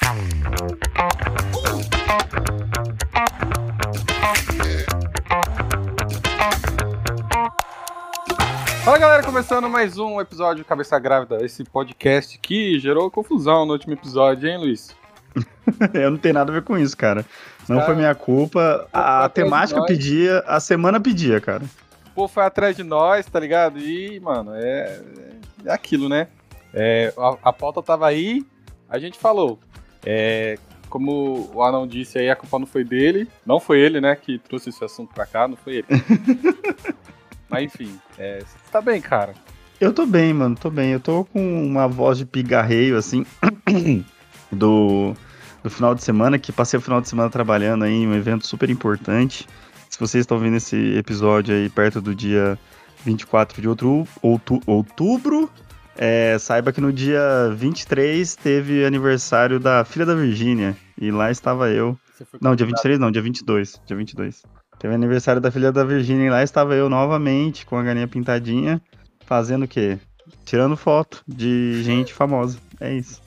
Fala galera, começando mais um episódio de Cabeça Grávida, esse podcast que gerou confusão no último episódio, hein, Luiz? Eu não tenho nada a ver com isso, cara. Não foi minha culpa. A temática pedia, a semana pedia, cara. Pô, foi atrás de nós, tá ligado? E, mano, é aquilo, né? A pauta tava aí, a gente falou. Como o Anão disse aí, a culpa não foi dele. Não foi ele, né, que trouxe esse assunto pra cá, não foi ele. Mas enfim, você tá bem, cara? Eu tô bem, mano, tô bem. Eu tô com uma voz de pigarreio, assim, do final de semana, que passei o final de semana trabalhando aí em um evento super importante. Se vocês estão vendo esse episódio aí perto do dia 24 de outubro, saiba que no dia 23 teve aniversário da filha da Virgínia, e lá estava eu. Não, dia 23 não, dia 22. Teve aniversário da filha da Virgínia e lá estava eu novamente com a galinha pintadinha, fazendo o quê? Tirando foto de gente famosa. É isso.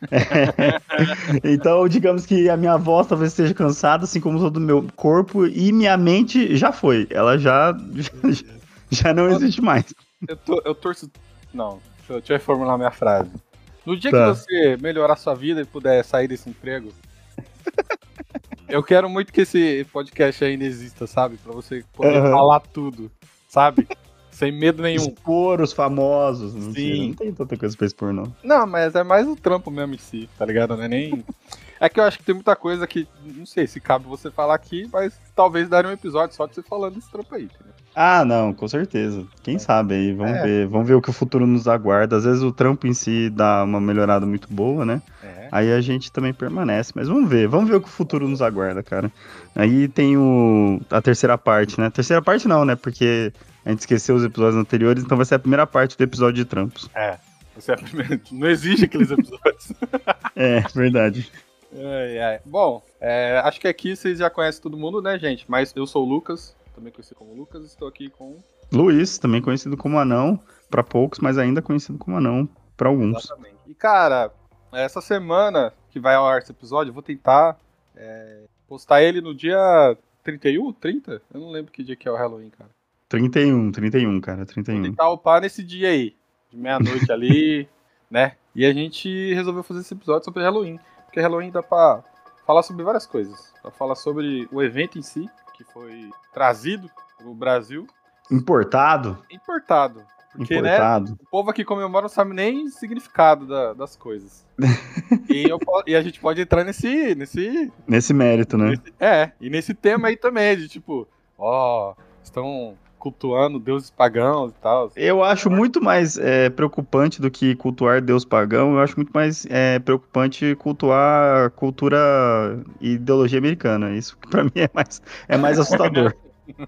Então, digamos que a minha voz talvez esteja cansada, assim como todo o meu corpo, e minha mente já foi. Ela já não existe mais. Eu torço... Não, deixa eu reformular minha frase. No dia que você melhorar sua vida e puder sair desse emprego... Eu quero muito que esse podcast ainda exista, sabe? Pra você poder falar tudo, sabe? Sem medo nenhum. Expor os famosos. Sim. Mentira, não tem tanta coisa pra expor, não. Não, mas é mais o trampo mesmo em si, tá ligado? Não é nem... É que eu acho que tem muita coisa que, não sei se cabe você falar aqui, mas talvez daria um episódio só de você falando desse trampo aí, entendeu? Ah, não, com certeza. Quem sabe aí, vamos ver o que o futuro nos aguarda. Às vezes o trampo em si dá uma melhorada muito boa, né? Aí a gente também permanece, mas vamos ver o que o futuro nos aguarda, cara. Aí tem a terceira parte, né? Terceira parte não, né? Porque a gente esqueceu os episódios anteriores, então vai ser a primeira parte do episódio de trampos. Vai ser a primeira. Não exige aqueles episódios. Verdade. Bom, acho que aqui vocês já conhecem todo mundo, né, gente? Mas eu sou o Lucas, também conhecido como Lucas, estou aqui com... Luiz, também conhecido como Anão, pra poucos, mas ainda conhecido como Anão pra alguns. Exatamente. E, cara, essa semana que vai ao ar esse episódio, eu vou tentar postar ele no dia 31, 30? Eu não lembro que dia que é o Halloween, cara. 31, cara, 31. Vou tentar upar nesse dia aí, de meia-noite ali, né? E a gente resolveu fazer esse episódio sobre Halloween. Porque Halloween dá pra falar sobre várias coisas. Dá pra falar sobre o evento em si, que foi trazido pro Brasil. Importado. Porque, né, o povo aqui comemora não sabe nem o significado das coisas. E a gente pode entrar nesse mérito, né? E nesse tema aí também, de tipo, estão cultuando deuses pagãos e tal. Eu acho muito mais preocupante do que cultuar deus pagão, eu acho muito mais preocupante cultuar cultura e ideologia americana. Isso pra mim é mais assustador.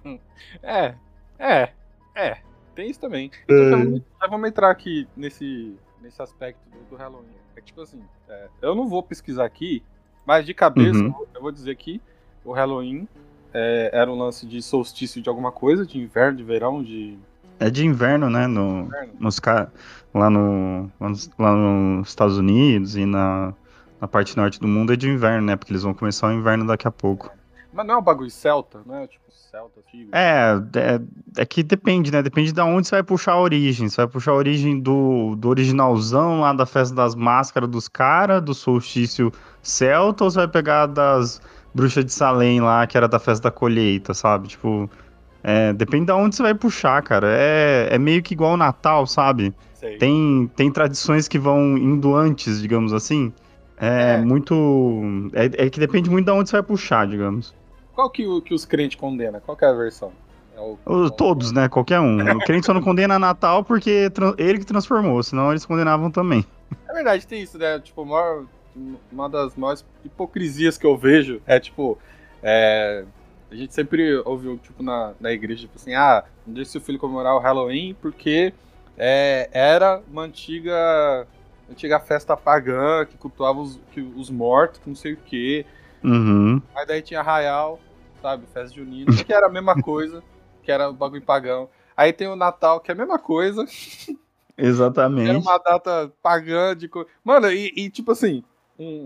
Tem isso também. Então já vamos entrar aqui nesse aspecto do Halloween. Tipo assim, eu não vou pesquisar aqui, mas de cabeça eu vou dizer que o Halloween era um lance de solstício de alguma coisa, de inverno, de verão, de... É de inverno, né? Lá nos Estados Unidos e na parte norte do mundo é de inverno, né? Porque eles vão começar o inverno daqui a pouco. Mas não é um bagulho celta, não é tipo celta antigo? É que depende, né? Depende de onde você vai puxar a origem. Você vai puxar a origem do originalzão lá da festa das máscaras dos caras, do solstício celta, ou você vai pegar das bruxas de Salem lá, que era da festa da colheita, sabe? Tipo, depende de onde você vai puxar, cara. É meio que igual o Natal, sabe? Sei. Tem tradições que vão indo antes, digamos assim. É que depende muito de onde você vai puxar, digamos. Qual que os crentes condenam? Qual que é a versão? Todos, né? Qualquer um. O crente só não condena Natal porque ele que transformou, senão eles condenavam também. É verdade, tem isso, né? Tipo, uma das maiores hipocrisias que eu vejo é, tipo... a gente sempre ouviu, tipo, na igreja, tipo assim, não deixe seu filho comemorar o Halloween porque era uma antiga festa pagã que cultuava os mortos, que não sei o quê. Aí daí tinha Arraial, sabe, festa junina, que era a mesma coisa, que era o bagulho pagão. Aí tem o Natal, que é a mesma coisa. Exatamente. Era uma data pagã de... Mano, e tipo assim,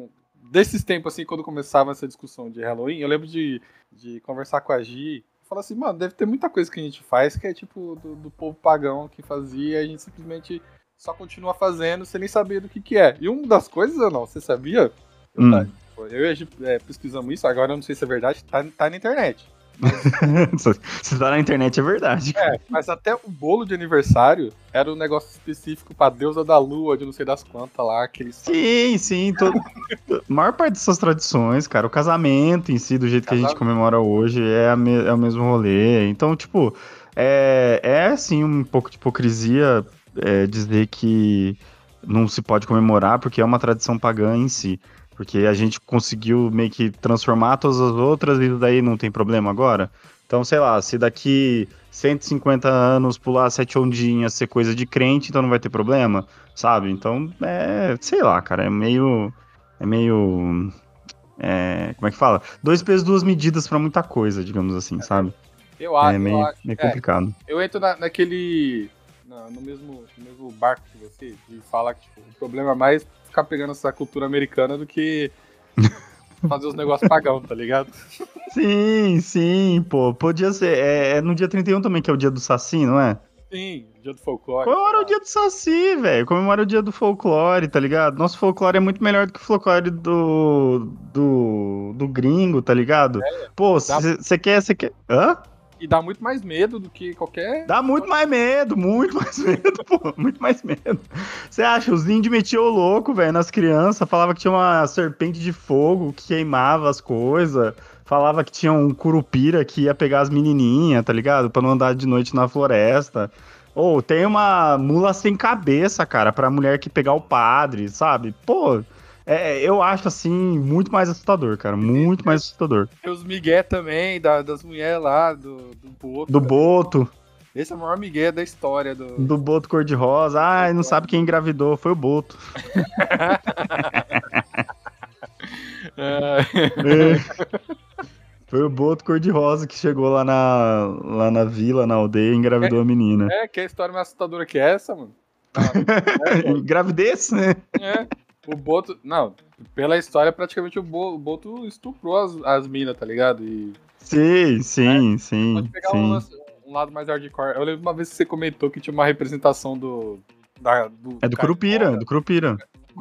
desses tempos, assim, quando começava essa discussão de Halloween, eu lembro de conversar com a Gi e falar assim, mano, deve ter muita coisa que a gente faz que é tipo do povo pagão que fazia e a gente simplesmente só continua fazendo sem nem saber do que é. E uma das coisas, não, você sabia? Eu e a Gi pesquisamos isso, agora eu não sei se é verdade, tá na internet. Se tá na internet é verdade. Mas até o bolo de aniversário era um negócio específico pra deusa da lua, de não sei das quantas lá. Sim. A maior parte dessas tradições, cara, o casamento em si, do jeito que a gente comemora hoje, é o mesmo rolê. Então, tipo, assim, um pouco de hipocrisia dizer que não se pode comemorar porque é uma tradição pagã em si. Porque a gente conseguiu meio que transformar todas as outras e daí não tem problema agora. Então, sei lá, se daqui 150 anos pular 7 ondinhas ser coisa de crente, então não vai ter problema, sabe? Então, sei lá, cara, é meio, como é que fala? 2 pesos, 2 medidas pra muita coisa, digamos assim, sabe? Eu acho. Meio complicado. Eu entro no mesmo barco que você, de falar que tipo, o problema é mais ficar pegando essa cultura americana do que fazer os negócios pagão, tá ligado? Sim, pô. Podia ser. É no dia 31 também, que é o dia do Saci, não é? Sim, dia do folclore. Comemora o dia do Saci, velho. Comemora o dia do folclore, tá ligado? Nosso folclore é muito melhor do que o folclore do gringo, tá ligado? Pô, você quer. Hã? E dá muito mais medo do que qualquer... Dá muito mais medo, pô, muito mais medo. Você acha, os índios metiam o louco, velho, nas crianças, falava que tinha uma serpente de fogo que queimava as coisas, falava que tinha um curupira que ia pegar as menininhas, tá ligado? Pra não andar de noite na floresta. Ou tem uma mula sem cabeça, cara, pra mulher que pegar o padre, sabe? Pô... eu acho, assim, muito mais assustador, cara. Muito mais assustador. Tem os migué também, das mulheres lá, do Boto. Do Boto. Esse é o maior migué da história. Do Boto cor-de-rosa. Ai, não sabe quem engravidou. Foi o Boto. Foi o Boto cor-de-rosa que chegou lá na vila, na aldeia, e engravidou a menina. Que história mais assustadora que é essa, mano? Gravidez, né? O Boto... Não, pela história, praticamente o Boto estuprou as minas, tá ligado? Sim. Pode pegar um lado mais hardcore. Eu lembro uma vez que você comentou que tinha uma representação do Curupira, do Curupira.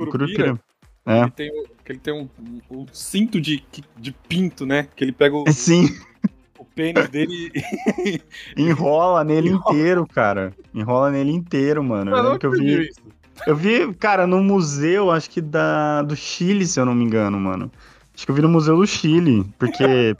Ele tem um cinto de pinto, né? Que ele pega o pênis dele e... Enrola nele inteiro, cara. Enrola nele inteiro, mano. Eu lembro que eu vi isso. Eu vi, cara, no museu, acho que do Chile, se eu não me engano, mano. Acho que eu vi no Museu do Chile, porque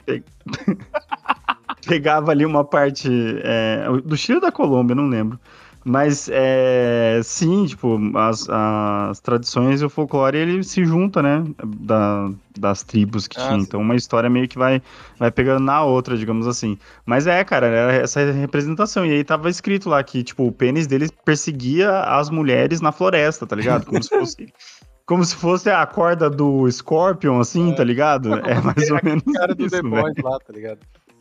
pegava ali uma parte do Chile ou da Colômbia, não lembro. Mas, sim, tipo, as tradições e o folclore, ele se junta, né, das tribos que tinha. Sim. Então, uma história meio que vai pegando na outra, digamos assim. Mas cara, era essa representação. E aí tava escrito lá que, tipo, o pênis dele perseguia as mulheres na floresta, tá ligado? Como se fosse a corda do Scorpion, assim, tá ligado? É mais ou menos isso, cara do The Boys lá, tá ligado?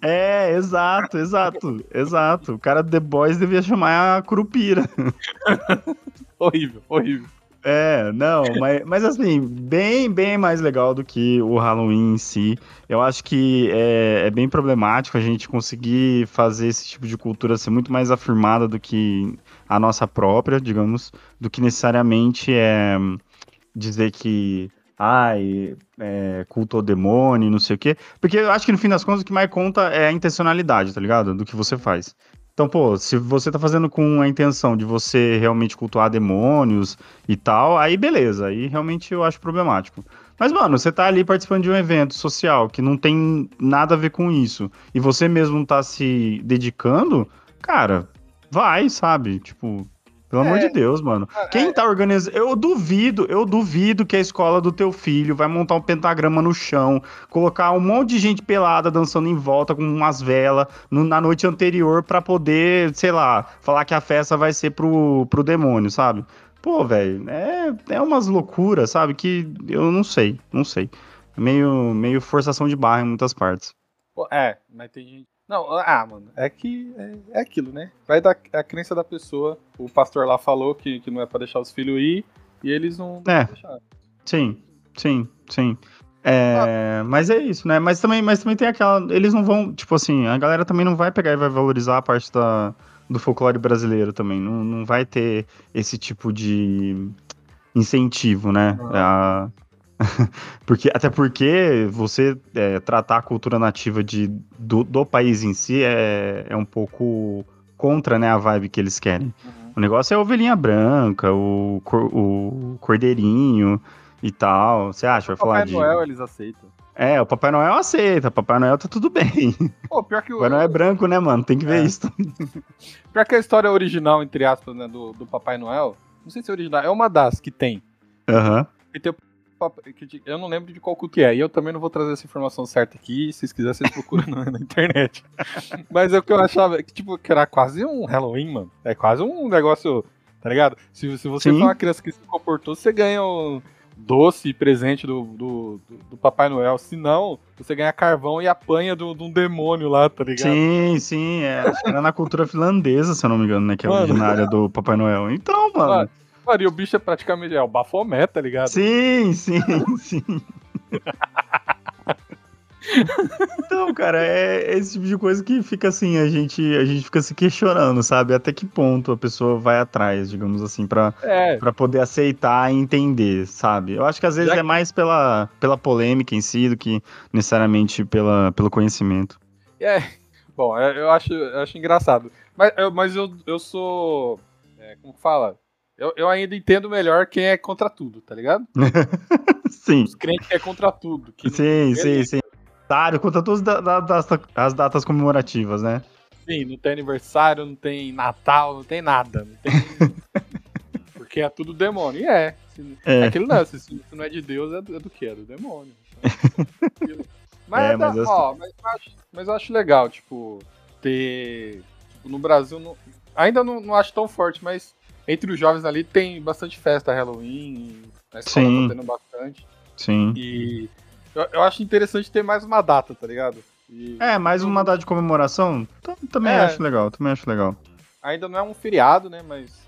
Exato. O cara do The Boys devia chamar a Curupira. Horrível. Não, mas assim, bem mais legal do que o Halloween em si. Eu acho que é bem problemático a gente conseguir fazer esse tipo de cultura ser muito mais afirmada do que a nossa própria, digamos, do que necessariamente dizer que culto ao demônio, não sei o quê. Porque eu acho que no fim das contas o que mais conta é a intencionalidade, tá ligado? Do que você faz. Então, pô, se você tá fazendo com a intenção de você realmente cultuar demônios e tal, aí beleza, aí realmente eu acho problemático. Mas, mano, você tá ali participando de um evento social que não tem nada a ver com isso, e você mesmo tá se dedicando, cara, vai, sabe? Tipo, pelo amor de Deus, mano. Quem tá organizando... Eu duvido que a escola do teu filho vai montar um pentagrama no chão, colocar um monte de gente pelada dançando em volta com umas velas na noite anterior pra poder, sei lá, falar que a festa vai ser pro demônio, sabe? Pô, velho, é umas loucuras, sabe? Que eu não sei. Meio forçação de barra em muitas partes. Pô, mas tem gente... Não, mano, é que é aquilo, né? Vai da crença da pessoa. O pastor lá falou que não é pra deixar os filhos ir, e eles não deixaram. Sim. Mas é isso, né? Mas também tem aquela. Eles não vão. Tipo assim, a galera também não vai pegar e vai valorizar a parte do folclore brasileiro também. Não vai ter esse tipo de incentivo, né? Não. Até porque você tratar a cultura nativa do país em si é um pouco contra, né, a vibe que eles querem. Uhum. O negócio é a ovelhinha branca, o cordeirinho e tal. Você acha? O Vai falar Papai de. Noel eles aceitam. O Papai Noel aceita, Papai Noel tá tudo bem. Pô, pior que Papai Noel é branco, né, mano? Tem que ver é, isso. pior que a história original, entre aspas, né, do Papai Noel, não sei se é original, é uma das que tem. Aham. Que tem eu não lembro de qual que é, e eu também não vou trazer essa informação certa aqui, se vocês quiserem, vocês procuram na internet. Mas é o que eu achava, que, tipo, que era quase um Halloween, mano. É quase um negócio, tá ligado? Se você for Sim. uma criança que se comportou, você ganha um doce presente do Papai Noel. Se não, você ganha carvão e apanha de um demônio lá, tá ligado? Sim, sim. Acho que era na cultura finlandesa, se eu não me engano, né? Que é Mano, originária do Papai Noel. Então, mano, mano. e o bicho é praticamente o Bafomé, tá ligado? Sim, sim, sim. Então, cara, é esse tipo de coisa que fica assim, a gente fica se questionando, sabe? Até que ponto a pessoa vai atrás, digamos assim, pra É, para poder aceitar e entender, sabe? Eu acho que às vezes já é mais pela polêmica em si do que necessariamente pelo conhecimento. é, bom, eu acho engraçado. Mas eu sou. Como que fala? Eu ainda entendo melhor quem é contra tudo, tá ligado? Sim, Os crentes que é contra tudo. Que não, sim, sim, beleza, sim. Claro, conta todas as datas comemorativas, né? sim, não tem aniversário, não tem Natal, não tem nada. Não tem. Porque é tudo demônio. E é. É É, aquele lance, se não é de Deus, é do quê? É do demônio. Então, tranquilo. Mas, mas assim, eu acho legal, tipo, ter. Tipo, no Brasil, ainda não acho tão forte, mas entre os jovens ali tem bastante festa Halloween, e na escola tá sim, tendo bastante. sim. E eu acho interessante ter mais uma data, tá ligado? E, Mais uma data de comemoração? Também é, acho legal, também acho legal. ainda não é um feriado, né? Mas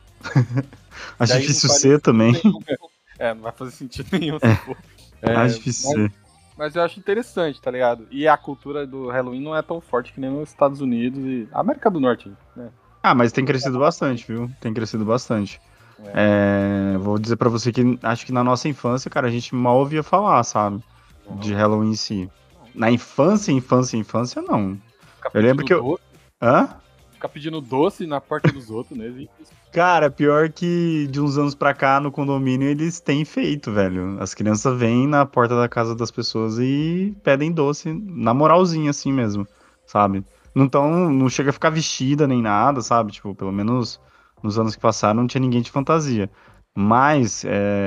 Acho daí não difícil faria ser sentido também. nenhum. Não vai fazer sentido nenhum se for. Acho É, difícil mas, ser. mas eu acho interessante, tá ligado? E a cultura do Halloween não é tão forte que nem nos Estados Unidos e América do Norte, né? Mas tem crescido bastante, viu? Tem crescido bastante. É, Vou dizer pra você que acho que na nossa infância, cara, a gente mal ouvia falar, sabe? De não, Halloween em si. não. Na infância, não. Ficar Eu lembro pedindo que eu. doce, Hã? ficar pedindo doce na porta dos outros, né? Cara, pior que de uns anos pra cá no condomínio eles têm feito, velho. As crianças vêm na porta da casa das pessoas e pedem doce, na moralzinha assim mesmo, sabe? Não chega a ficar vestida nem nada, sabe? Tipo, pelo menos nos anos que passaram não tinha ninguém de fantasia. Mas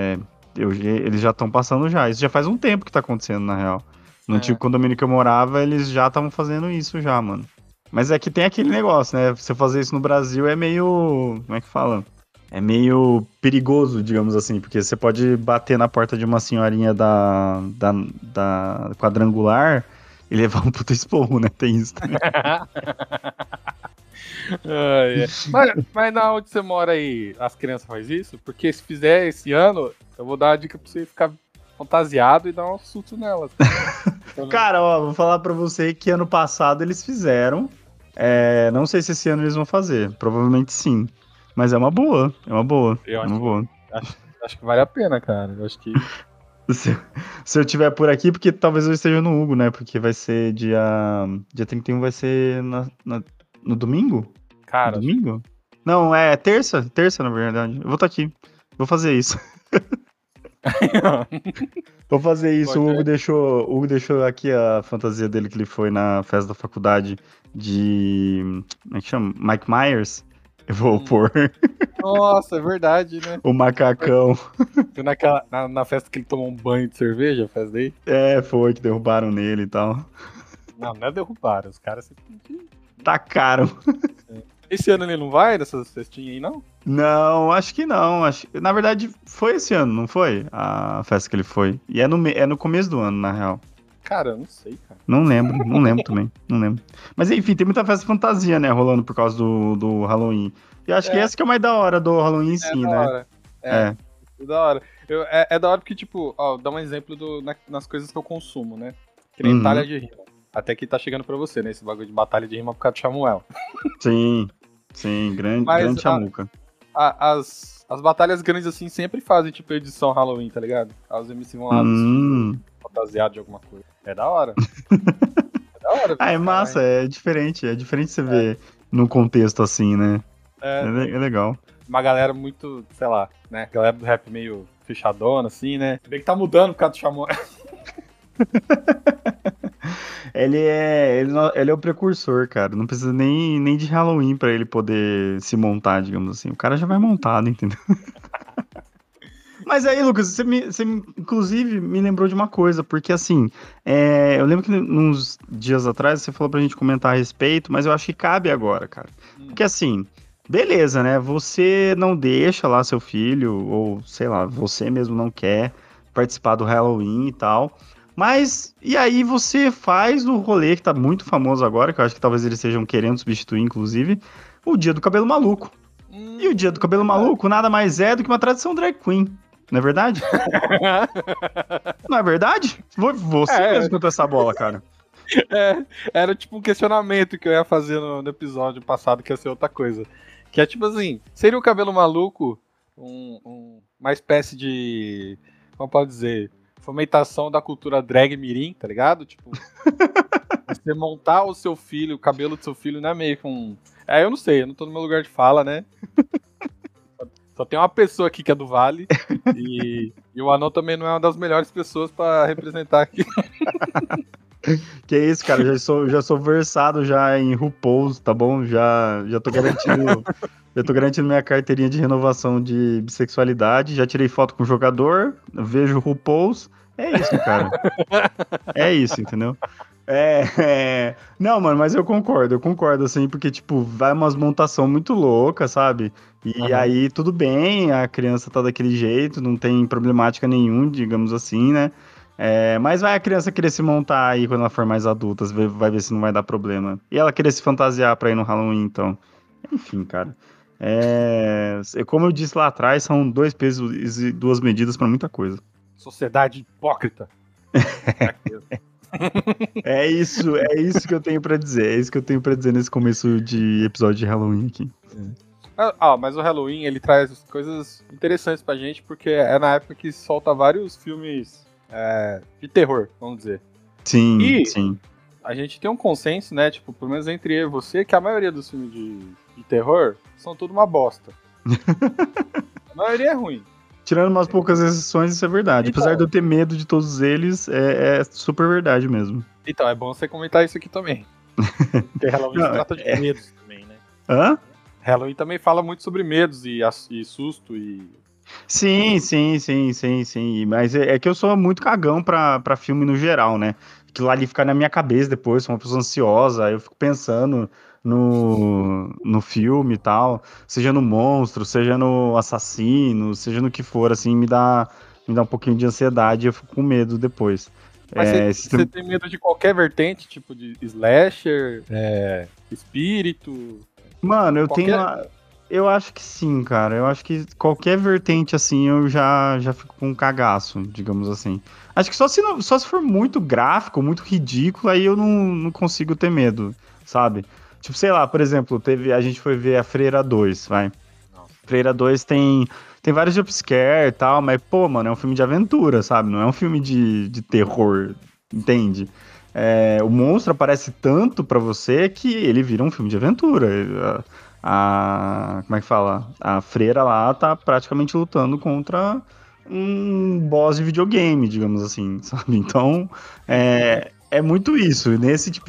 eles já estão passando já. Isso já faz um tempo que tá acontecendo, na real. No antigo É, condomínio que eu morava, eles já estavam fazendo isso já, mano. Mas é que tem aquele negócio, né? Você fazer isso no Brasil é meio. Como é que fala? É meio perigoso, digamos assim, porque você pode bater na porta de uma senhorinha da quadrangular e levar um puta esporro, né? Tem isso também. Mas na onde você mora aí, as crianças fazem isso? Porque se fizer esse ano, eu vou dar a dica pra você ficar fantasiado e dar um susto nelas. Então, Cara, ó, vou falar pra você que ano passado eles fizeram. Não sei se esse ano eles vão fazer. Provavelmente sim. Mas é uma boa. É uma boa. eu É acho, uma boa. acho que vale a pena, cara. Eu acho que. Se, se eu tiver por aqui, porque talvez eu esteja no Hugo, né? Porque vai ser dia 31 vai ser no domingo? No Cara, acho que. domingo? Não, é terça, na verdade. Eu vou estar aqui. Vou fazer isso. Vou fazer isso. Pode ver. O Hugo deixou aqui a fantasia dele que ele foi na festa da faculdade de. Como é que chama? Mike Myers. Eu vou pôr Nossa, é verdade, né? o macacão. Foi na festa que ele tomou um banho de cerveja, a festa daí? Foi que derrubaram nele e tal. Não é derrubar, os caras simplesmente. Tacaram. Esse ano ele não vai nessas festinhas aí, não? Não, acho que não. Na verdade, foi esse ano, não foi? A festa que ele foi. E é no começo do ano, na real. Cara, eu não sei, cara. Não lembro também, não lembro. Mas enfim, tem muita festa fantasia, né, rolando por causa do Halloween. E eu acho que É, essa que é o mais da hora do Halloween em si, da né? hora. É, É. da hora. É da hora porque, tipo, ó, dá um exemplo nas coisas que eu consumo, né? Que nem batalha de rima. Até que tá chegando pra você, né? Esse bagulho de batalha de rima por causa do Samuel. Sim, Mas grande chamuca. as batalhas grandes, assim, sempre fazem, tipo, edição Halloween, tá ligado? Aí os MC vão lá vestidos, fantasiados de alguma coisa. É da hora. É da hora, Ah, velho. é Os massa, caras. é diferente você ver num contexto assim, né? É, É legal. uma galera muito, sei lá, né? Galera do rap meio fechadona, assim, né? Se bem que tá mudando por causa do Samuel. Ele é o precursor, cara. Não precisa nem de Halloween pra ele poder se montar, digamos assim. O cara já vai montado, entendeu? Mas aí, Lucas, inclusive me lembrou de uma coisa, porque assim, eu lembro que uns dias atrás você falou pra gente comentar a respeito, mas eu acho que cabe agora, cara. Porque assim, beleza, né? Você não deixa lá seu filho, ou sei lá, você mesmo não quer participar do Halloween e tal. Mas, e aí você faz o rolê que tá muito famoso agora, que eu acho que talvez eles estejam querendo substituir, inclusive, o Dia do Cabelo Maluco. E o Dia do Cabelo Verdade. Maluco nada mais é do que uma tradição drag queen. Não é verdade? Não é verdade? Você É, mesmo cantou essa bola, cara. era tipo um questionamento que eu ia fazer no episódio passado, que ia ser outra coisa. Que é tipo assim, seria o cabelo maluco uma espécie de, como pode dizer, fomentação da cultura drag mirim, tá ligado? Tipo, você montar o seu filho, o cabelo do seu filho não é meio que um... eu não sei, eu não tô no meu lugar de fala, né? Só tem uma pessoa aqui que é do Vale, e o Anão também não é uma das melhores pessoas pra representar aqui. Que isso, cara, já sou versado já em RuPaul's, tá bom? Já tô garantindo minha carteirinha de renovação de bissexualidade, já tirei foto com o jogador, vejo RuPaul's, é isso, cara. É isso, entendeu? Não, mano, mas eu concordo, assim, porque, tipo, vai umas montação muito louca, sabe? E aí, tudo bem, a criança tá daquele jeito, não tem problemática nenhum, digamos assim, né? Mas vai a criança querer se montar aí quando ela for mais adulta, vai ver se não vai dar problema. E ela querer se fantasiar pra ir no Halloween, então. Enfim, cara. Como eu disse lá atrás, são 2 pesos e 2 medidas pra muita coisa. Sociedade hipócrita. É isso que eu tenho pra dizer. É isso que eu tenho pra dizer nesse começo de episódio de Halloween aqui. Mas o Halloween, ele traz coisas interessantes pra gente, porque é na época que solta vários filmes de terror, vamos dizer. Sim, E sim. a gente tem um consenso, né, tipo, pelo menos entre eu e você, que a maioria dos filmes de terror são tudo uma bosta. A maioria é ruim. Tirando umas poucas exceções, isso é verdade. Então, Apesar de eu ter medo de todos eles, é super verdade mesmo. então, é bom você comentar isso aqui também. Porque Halloween se Não, trata de medos também, né? Hã? Halloween também fala muito sobre medos e susto e... Sim. Mas é que eu sou muito cagão pra filme no geral, né? Aquilo ali fica na minha cabeça depois, sou uma pessoa ansiosa, aí eu fico pensando no filme e tal, seja no monstro, seja no assassino, seja no que for, assim, me dá um pouquinho de ansiedade e eu fico com medo depois. Mas você tem medo de qualquer vertente, tipo de slasher, espírito... Mano, Qualquer... eu acho que sim, cara. Eu acho que qualquer vertente assim eu já fico com um cagaço, digamos assim. Acho que só se for muito gráfico, muito ridículo, aí eu não consigo ter medo, sabe? Tipo, sei lá, por exemplo, a gente foi ver a Freira 2, vai. Nossa. Freira 2 tem vários jumpscare e tal, mas, pô, mano, é um filme de aventura, sabe? Não é um filme de terror, entende? O monstro aparece tanto pra você que ele vira um filme de aventura. Como é que fala? A freira lá tá praticamente lutando contra um boss de videogame, digamos assim, sabe? Então, é muito isso. Nesse tipo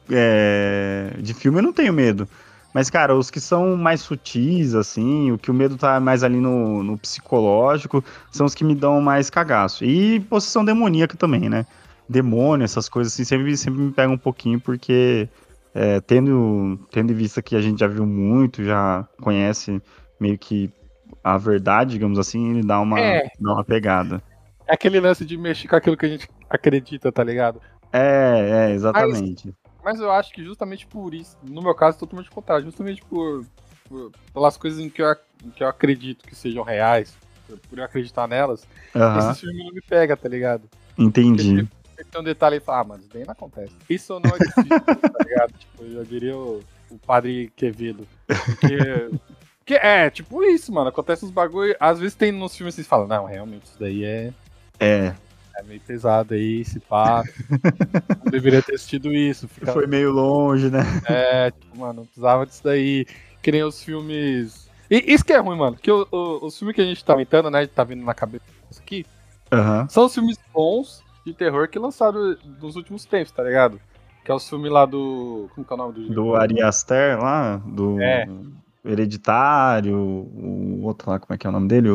de filme eu não tenho medo. Mas, cara, os que são mais sutis, assim, o que o medo tá mais ali no psicológico, são os que me dão mais cagaço. E possessão demoníaca também, né? Demônio, essas coisas assim, sempre me pegam um pouquinho, porque tendo em vista que a gente já viu muito, já conhece meio que a verdade, digamos assim, ele dá uma pegada. É aquele lance de mexer com aquilo que a gente acredita, tá ligado? Mas, Exatamente. mas eu acho que justamente por isso, no meu caso, é totalmente contrário. Justamente pelas coisas em que eu acredito que sejam reais. por eu acreditar nelas, Aham, esse filme não me pega, tá ligado? entendi. Porque tem um detalhe e fala, mano, isso daí não acontece. Isso não é possível, tá ligado? Tipo, eu diria o padre Quevedo. Porque tipo isso, mano. Acontece uns bagulho. Às vezes tem nos filmes que você fala, não, realmente, isso daí É, é meio pesado aí, se pá. Não deveria ter assistido isso. Fica, foi meio longe, né? tipo, mano, não precisava disso daí. Que nem os filmes. E isso que é ruim, mano. Que os filmes que a gente tá comentando, né? Tá vindo na cabeça aqui, Aham. são os filmes bons de terror que lançaram nos últimos tempos, tá ligado? Que é os filmes lá do. Como que é o nome do Do diretor? Ari Aster lá, É, do Hereditário, o outro lá, como é que é o nome dele?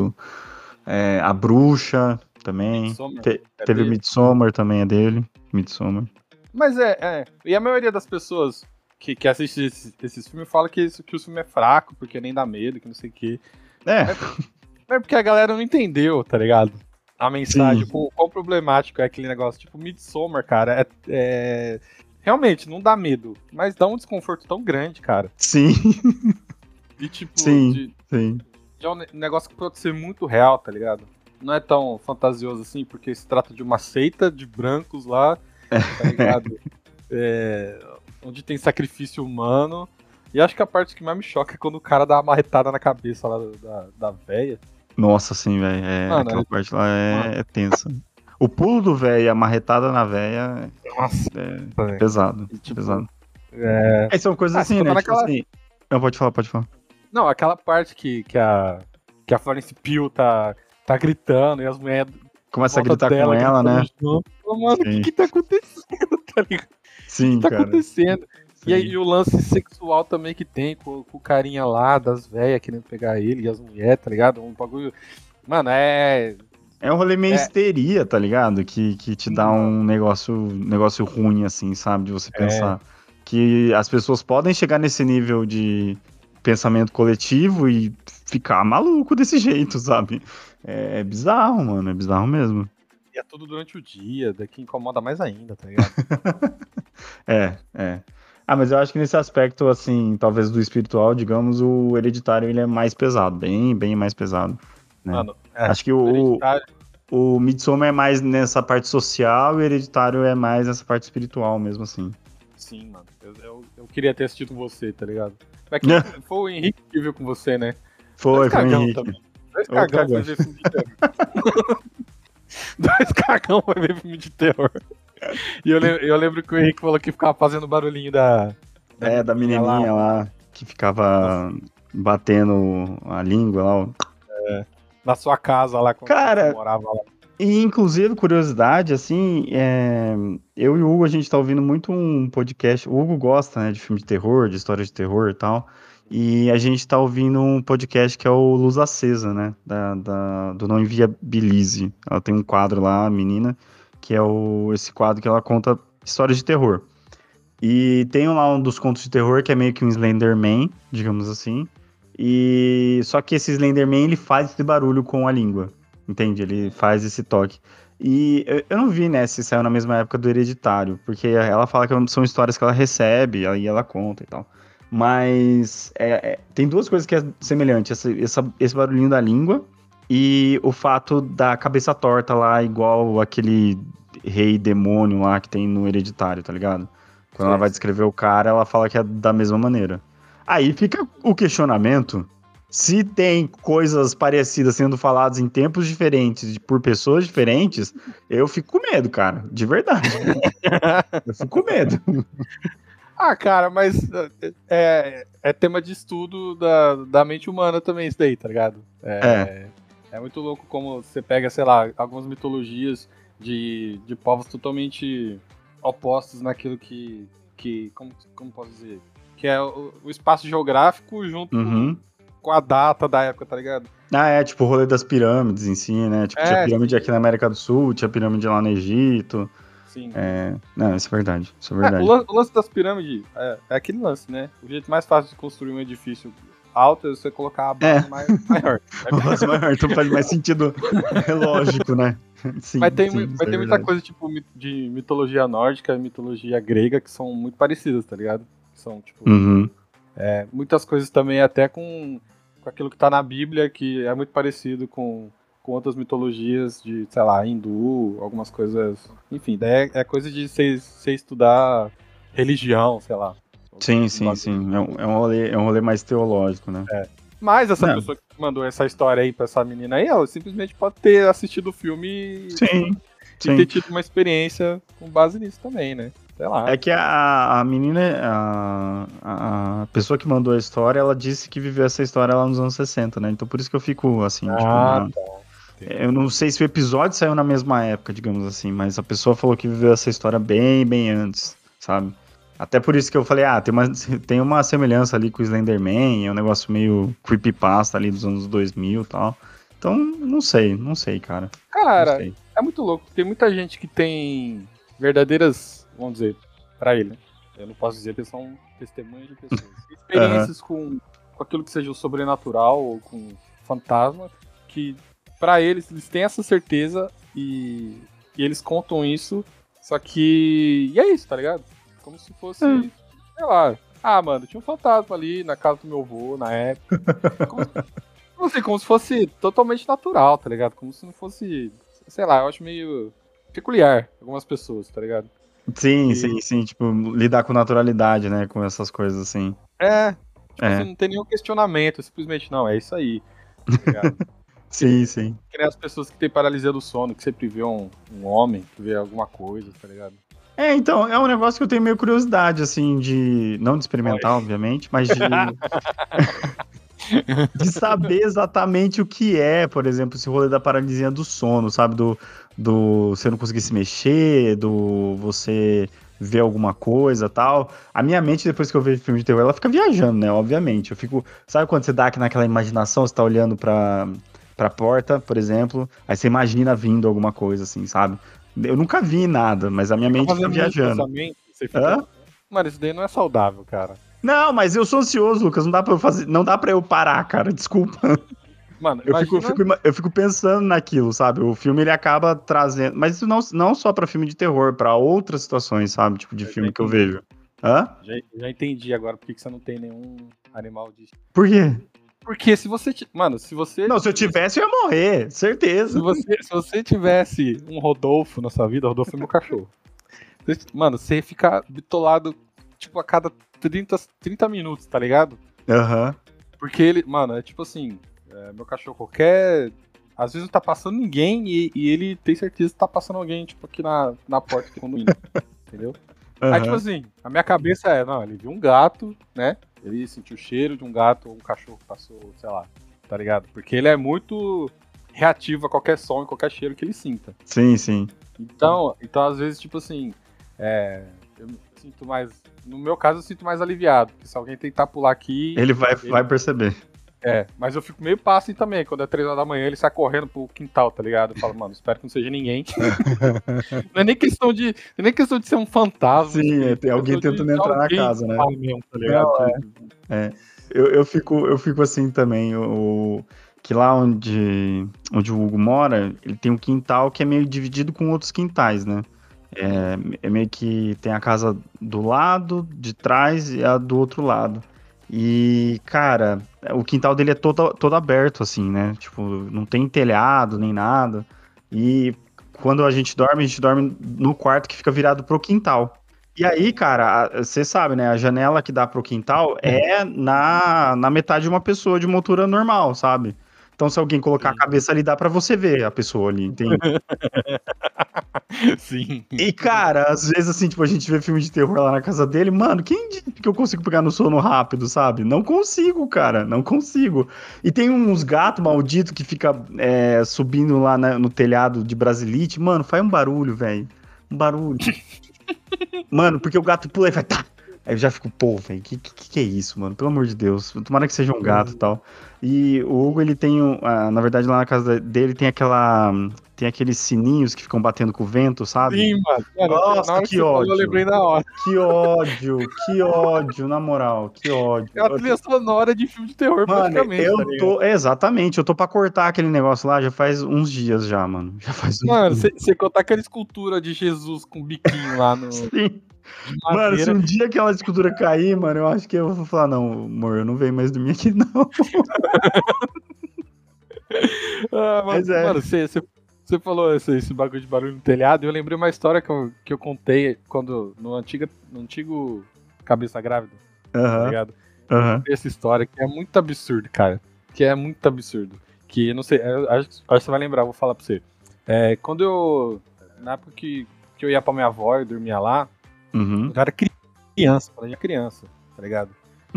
A Bruxa também. Midsommar. É Teve o dele. Midsommar também, é dele. Midsommar. Mas é. E a maioria das pessoas que assistem esses filmes fala que o filme é fraco, porque nem dá medo, que não sei o quê. É, É porque a galera não entendeu, tá ligado? A mensagem, sim, quão problemático é aquele negócio. Tipo, Midsommar, cara, realmente, não dá medo, mas dá um desconforto tão grande, cara. sim, E tipo, sim, sim. de um negócio que pode ser muito real, tá ligado? Não é tão fantasioso assim, porque se trata de uma seita de brancos lá, tá ligado? Onde tem sacrifício humano. E acho que a parte que mais me choca é quando o cara dá uma marretada na cabeça lá da véia. Nossa, sim, velho. Mano, Aquela parte lá mano, é tensa. O pulo do velho e a marretada na véia nossa, é velho. pesado. E, É tipo, pesado. Aí são coisas você assim, contar né? Tipo naquela. assim. Não, pode falar, pode falar. Não, aquela parte que a Florence Pugh tá gritando e as mulheres em Começa a volta gritar com dela ela, gritando né? junto. Mano, o que Sim, que tá acontecendo, tá ligado? O que que sim, tá cara. acontecendo? E aí Sim. o lance sexual também que tem com o carinha lá, das velhas querendo pegar ele e as mulheres, tá ligado? Um bagulho. Mano, É um rolê meio É. histeria, tá ligado? Que te dá Sim, mano. um negócio ruim, assim, sabe? De você É. pensar que as pessoas podem chegar nesse nível de pensamento coletivo e ficar maluco desse jeito, sabe? É bizarro, mano. É bizarro mesmo. E é tudo durante o dia, daqui incomoda mais ainda, tá ligado? É. Ah, mas eu acho que nesse aspecto, assim, talvez do espiritual, digamos, o hereditário ele é mais pesado, bem, bem mais pesado, né? Mano, Acho que o Hereditário. o Midsommar é mais nessa parte social e o Hereditário é mais nessa parte espiritual mesmo, assim. Sim, mano. Eu queria ter assistido com você, tá ligado? Mas quem foi o Henrique que viu com você, né? Dois Foi o cagão Henrique. também. Dois Outro cagão cagão. foi ver filme de terror. Dois cagão foi ver filme de terror. E eu lembro que o Henrique falou que ficava fazendo barulhinho da Da menininha lá. menininha lá, que Nossa, ficava batendo a língua lá. na sua casa lá, quando você Cara, morava lá. e inclusive, curiosidade, assim, eu e o Hugo, a gente tá ouvindo muito um podcast. O Hugo gosta, né, de filme de terror, de história de terror e tal. E a gente tá ouvindo um podcast que é o Luz Acesa, né? Do Não Inviabilize. Ela tem um quadro lá, a menina, que é esse quadro que ela conta histórias de terror. E tem lá um dos contos de terror que é meio que um Slenderman, digamos assim. E só que esse Slenderman ele faz esse barulho com a língua, entende? Ele faz esse toque. E eu não vi, né, se saiu na mesma época do Hereditário, porque ela fala que são histórias que ela recebe, aí ela conta e tal. Mas tem duas coisas que é semelhante, esse barulhinho da língua e o fato da cabeça torta lá, igual aquele rei demônio lá que tem no Hereditário, tá ligado? Quando ela Sei, vai sei. descrever o cara, ela fala que é da mesma maneira. Aí fica o questionamento se tem coisas parecidas sendo faladas em tempos diferentes, por pessoas diferentes, eu fico com medo, cara. De verdade. Eu fico com medo. Ah, cara, mas é tema de estudo da mente humana também, isso daí, tá ligado? É. É muito louco como você pega, sei lá, algumas mitologias de povos totalmente opostos naquilo como posso dizer? Que é o espaço geográfico junto Uhum. com a data da época, tá ligado? Tipo o rolê das pirâmides em si, né? Tipo, tinha pirâmide aqui Sim, na América do Sul, tinha pirâmide lá no Egito. sim. Não, isso é verdade. Isso é O verdade. lance das pirâmides é aquele lance, né? O jeito mais fácil de construir um edifício alto é você colocar a É, base maior. o laço maior, então faz mais sentido. É lógico, né? Mas Sim, tem, sim, isso mas é tem muita verdade. coisa, tipo, de mitologia nórdica e mitologia grega que são muito parecidas, tá ligado? São, tipo, Uhum. muitas coisas também até com aquilo que tá na Bíblia, que é muito parecido com com outras mitologias de, sei lá, hindu, algumas coisas. Enfim, daí é coisa de você estudar religião, sei lá. Sim. É um rolê mais teológico, né? Mas essa Não. pessoa que mandou essa história aí pra essa menina aí, ela simplesmente pode ter assistido o filme Sim. e ter tido uma experiência com base nisso também, né? Sei lá. É que a menina, a pessoa que mandou a história, ela disse que viveu essa história lá nos anos 60, né? Então por isso que eu fico assim, tipo, Tá. eu não sei se o episódio saiu na mesma época, digamos assim, mas a pessoa falou que viveu essa história bem, bem antes, sabe? Até por isso que eu falei, tem uma semelhança ali com o Slenderman, é um negócio meio creepypasta ali dos anos 2000 e tal. Então, não sei, cara. Não Cara, sei. é muito louco. Tem muita gente que tem verdadeiras, vamos dizer, pra ele, né? Eu não posso dizer que são testemunhas de pessoas. Experiências com aquilo que seja o sobrenatural ou com fantasma, que pra eles têm essa certeza e eles contam isso, só que. E é isso, tá ligado? Como se fosse, sei lá. Ah, mano, tinha um fantasma ali na casa do meu avô na época. Como se fosse totalmente natural, tá ligado? Como se não fosse. Sei lá, eu acho meio peculiar algumas pessoas, tá ligado? Sim, tipo, lidar com naturalidade, né, com essas coisas assim. Tipo assim, não tem nenhum questionamento, simplesmente não, é isso aí, tá ligado? Sim. Que nem as pessoas que têm paralisia do sono, que sempre vê um homem, que vê alguma coisa, tá ligado? Então, é um negócio que eu tenho meio curiosidade, assim, não de experimentar, obviamente, mas de saber exatamente o que é, por exemplo, esse rolê da paralisia do sono, sabe? Do você não conseguir se mexer, do você ver alguma coisa tal. A minha mente, depois que eu vejo filme de terror, ela fica viajando, né? Obviamente. Eu fico. Sabe quando você dá aqui naquela imaginação, você tá olhando pra porta, por exemplo, aí você imagina vindo alguma coisa, assim, sabe? Eu nunca vi nada, mas a minha mente fica viajando. Você fica... Mano, isso daí não é saudável, cara. Não, mas eu sou ansioso, Lucas. Não dá pra eu fazer, não dá pra eu parar, cara. Desculpa. Mano, Eu fico pensando naquilo, sabe? O filme ele acaba trazendo, mas isso não só pra filme de terror, pra outras situações, sabe? Tipo de filme que eu vejo. Hã? Já entendi agora por que você não tem nenhum animal de. Por quê? Porque se você. Mano, se você. Não, se eu tivesse, eu ia morrer, certeza. Se você tivesse um Rodolfo na sua vida, o Rodolfo é meu cachorro. Mano, você ia ficar bitolado, tipo, a cada 30 minutos, tá ligado? Aham. Porque ele, mano, é tipo assim, meu cachorro qualquer. Às vezes não tá passando ninguém e ele tem certeza que tá passando alguém, tipo, aqui na porta do condomínio. Entendeu? Aí, tipo assim, a minha cabeça não, ele viu um gato, né? Ele sentiu o cheiro de um gato ou um cachorro que passou, sei lá, tá ligado? Porque ele é muito reativo a qualquer som e qualquer cheiro que ele sinta. Sim. Então às vezes, tipo assim, eu sinto mais. No meu caso, eu sinto mais aliviado. Porque se alguém tentar pular aqui. Ele vai perceber. Mas eu fico meio passo também. Quando é 3 horas da manhã, ele sai correndo pro quintal, tá ligado? Eu falo, mano, espero que não seja ninguém. Não é nem questão de ser um fantasma. Sim, tem alguém tentando entrar na casa, né? Mesmo, tá ligado? Eu fico assim também. Que lá onde o Hugo mora, ele tem um quintal que é meio dividido com outros quintais, né? É meio que tem a casa do lado, de trás e a do outro lado. E, cara, o quintal dele é todo aberto, assim, né? Tipo, não tem telhado nem nada. E quando a gente dorme no quarto que fica virado pro quintal. E aí, cara, você sabe, né? A janela que dá pro quintal é na metade de uma pessoa de uma altura normal, sabe? Então, se alguém colocar a cabeça ali, dá pra você ver a pessoa ali, entende? Sim. E, cara, às vezes, assim, tipo, a gente vê filme de terror lá na casa dele, mano, quem disse que eu consigo pegar no sono rápido, sabe? Não consigo, cara, não consigo. E tem uns gatos malditos que fica subindo lá no telhado de Brasilite, mano, faz um barulho, velho. Um barulho. Mano, porque o gato pula e vai... Tá! Aí eu já fico, pô, velho, que é isso, mano? Pelo amor de Deus. Tomara que seja um gato e tal. E o Hugo, ele tem, na verdade, lá na casa dele tem aqueles sininhos que ficam batendo com o vento, sabe? Sim, mano. Nossa, que ódio. Eu lembrei na hora. Que ódio, na moral, que ódio. É a trilha sonora de filme de terror, mano, praticamente. Exatamente, eu tô pra cortar aquele negócio lá já faz uns dias já, mano. Já faz uns Mano, dias. você contar aquela escultura de Jesus com biquinho lá no... Sim. Mano, se um dia aquela escultura cair, mano, eu acho que eu vou falar, não, amor, eu não venho mais dormir aqui, não. Mas é. Mano, você falou esse bagulho de barulho no telhado, e eu lembrei uma história que eu contei quando, no antigo Cabeça Grávida, tá ligado? Eu contei essa história que é muito absurdo, cara. Que é muito absurdo. Que eu não sei, acho que você vai lembrar, eu vou falar pra você. Quando na época que eu ia pra minha avó e dormia lá, eu era criança, quando eu era criança, tá ligado?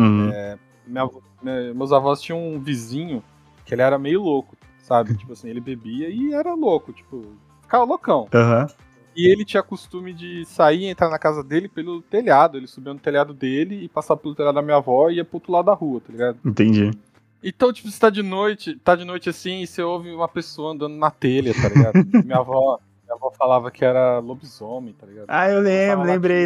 Meus avós tinham um vizinho que ele era meio louco, sabe? Tipo assim, ele bebia e era louco, tipo, ficava loucão. E ele tinha costume de sair e entrar na casa dele pelo telhado. Ele subia no telhado dele e passava pelo telhado da minha avó e ia pro outro lado da rua, tá ligado? Entendi. Então, tipo, você tá de noite assim e você ouve uma pessoa andando na telha, tá ligado? Minha avó falava que era lobisomem, tá ligado? Ah, eu lembro, lembrei.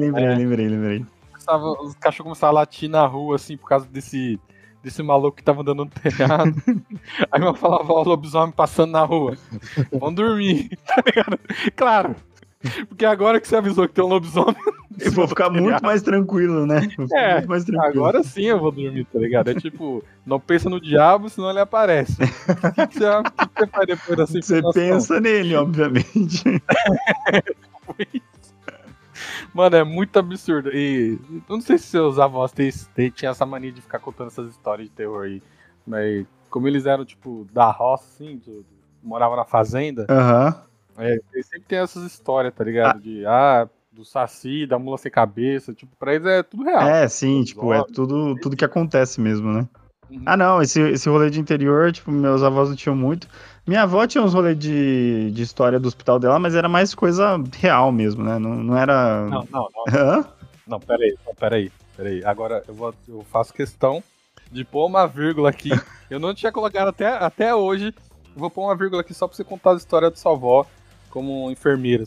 Os cachorros começavam a latir na rua, assim, por causa desse maluco que tava andando no telhado. Aí eu falava, ó, o lobisomem passando na rua. Vamos dormir, tá ligado? Claro. Porque agora que você avisou que tem um lobisomem... Eu vou ficar muito mais tranquilo, né? Muito mais tranquilo. Agora sim eu vou dormir, tá ligado? É tipo, não pensa no diabo, senão ele aparece. O que você faz depois dessa informação? Você pensa nele, obviamente. Mano, é muito absurdo. E eu não sei se seus avós tinham essa mania de ficar contando essas histórias de terror aí. Mas como eles eram, tipo, da roça, assim, moravam na fazenda, eles sempre tem essas histórias, tá ligado? Do Saci, da mula sem cabeça, tipo, pra eles é tudo real. Sim, tipo, é tudo que acontece mesmo, né? Ah, não, esse rolê de interior, tipo, meus avós não tinham muito. Minha avó tinha uns rolês de história do hospital dela, mas era mais coisa real mesmo, né? Não era... Não. Não, peraí. Agora eu faço questão de pôr uma vírgula aqui. Eu não tinha colocado até hoje. Eu vou pôr uma vírgula aqui só pra você contar a história da sua avó como enfermeira.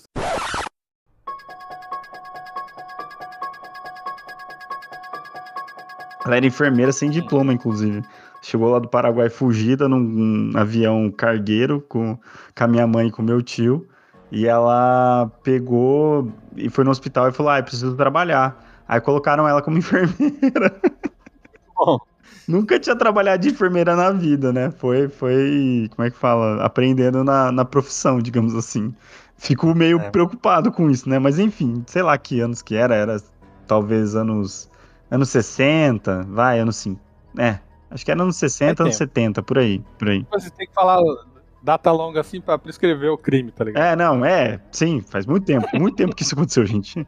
Ela era enfermeira sem diploma, inclusive. Chegou lá do Paraguai fugida num avião cargueiro com a minha mãe e com meu tio. E ela pegou e foi no hospital e falou, preciso trabalhar. Aí colocaram ela como enfermeira. Bom. Nunca tinha trabalhado de enfermeira na vida, né? Foi como é que fala? Aprendendo na profissão, digamos assim. Fico meio preocupado com isso, né? Mas enfim, sei lá que anos que era talvez anos 60, anos 5. Acho que era anos 60, anos 70, por aí. Você tem que falar data longa assim pra prescrever o crime, tá ligado? Sim, faz muito tempo que isso aconteceu, gente.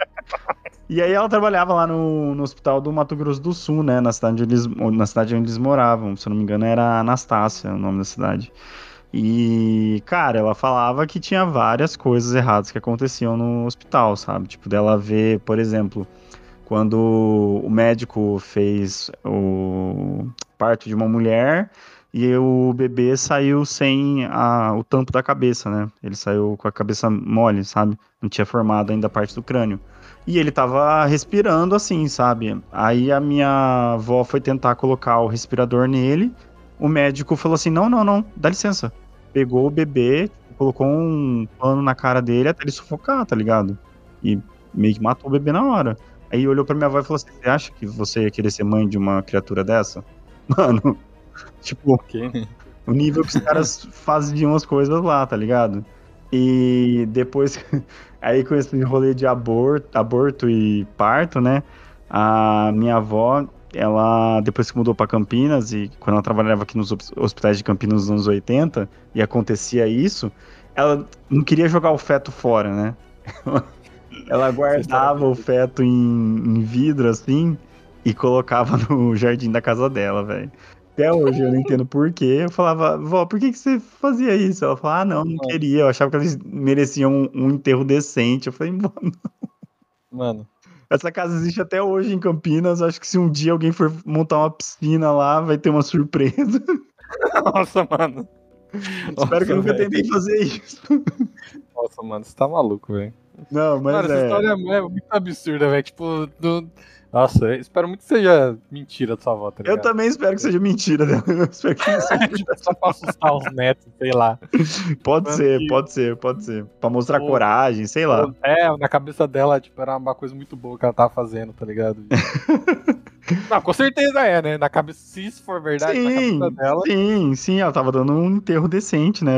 E aí ela trabalhava lá no hospital do Mato Grosso do Sul, né, na cidade onde eles moravam, se eu não me engano era Anastácia, o nome da cidade. E, cara, ela falava que tinha várias coisas erradas que aconteciam no hospital, sabe? Tipo, dela ver, por exemplo, quando o médico fez o parto de uma mulher e o bebê saiu sem o tampo da cabeça, né? Ele saiu com a cabeça mole, sabe? Não tinha formado ainda a parte do crânio. E ele tava respirando assim, sabe? Aí a minha avó foi tentar colocar o respirador nele, o médico falou assim, não, dá licença. Pegou o bebê, colocou um pano na cara dele até ele sufocar, tá ligado? E meio que matou o bebê na hora. Aí olhou pra minha avó e falou assim, você acha que você ia querer ser mãe de uma criatura dessa? Mano, tipo, o nível que os caras faziam as coisas lá, tá ligado? E depois, aí com esse rolê de aborto e parto, né? A minha avó, ela depois que mudou pra Campinas, e quando ela trabalhava aqui nos hospitais de Campinas nos anos 80, e acontecia isso, ela não queria jogar o feto fora, né? Ela guardava o feto em vidro, assim, e colocava no jardim da casa dela, velho. Até hoje eu não entendo por quê. Eu falava, vó, por que você fazia isso? Ela falava, não queria. Eu achava que eles mereciam um enterro decente. Eu falei, mano. Mano. Essa casa existe até hoje em Campinas. Acho que se um dia alguém for montar uma piscina lá, vai ter uma surpresa. Nossa, mano. Espero que eu nunca tentei fazer isso. Nossa, mano, você tá maluco, velho. Não, mas Mano, essa história é muito absurda, velho. Tipo, nossa, eu espero muito que seja mentira da sua avó, tá Eu ligado? também espero que seja mentira, né? Eu espero que não seja. Tipo, só pra assustar os netos, sei lá. Pode Falando ser, que, pode ser, pode ser. Pra mostrar ou, coragem, sei lá. na cabeça dela, tipo, era uma coisa muito boa que ela tava fazendo, tá ligado? Não, com certeza é, né? Na cabeça, se isso for verdade, na cabeça Sim, dela. sim, ela tava dando um enterro decente, né,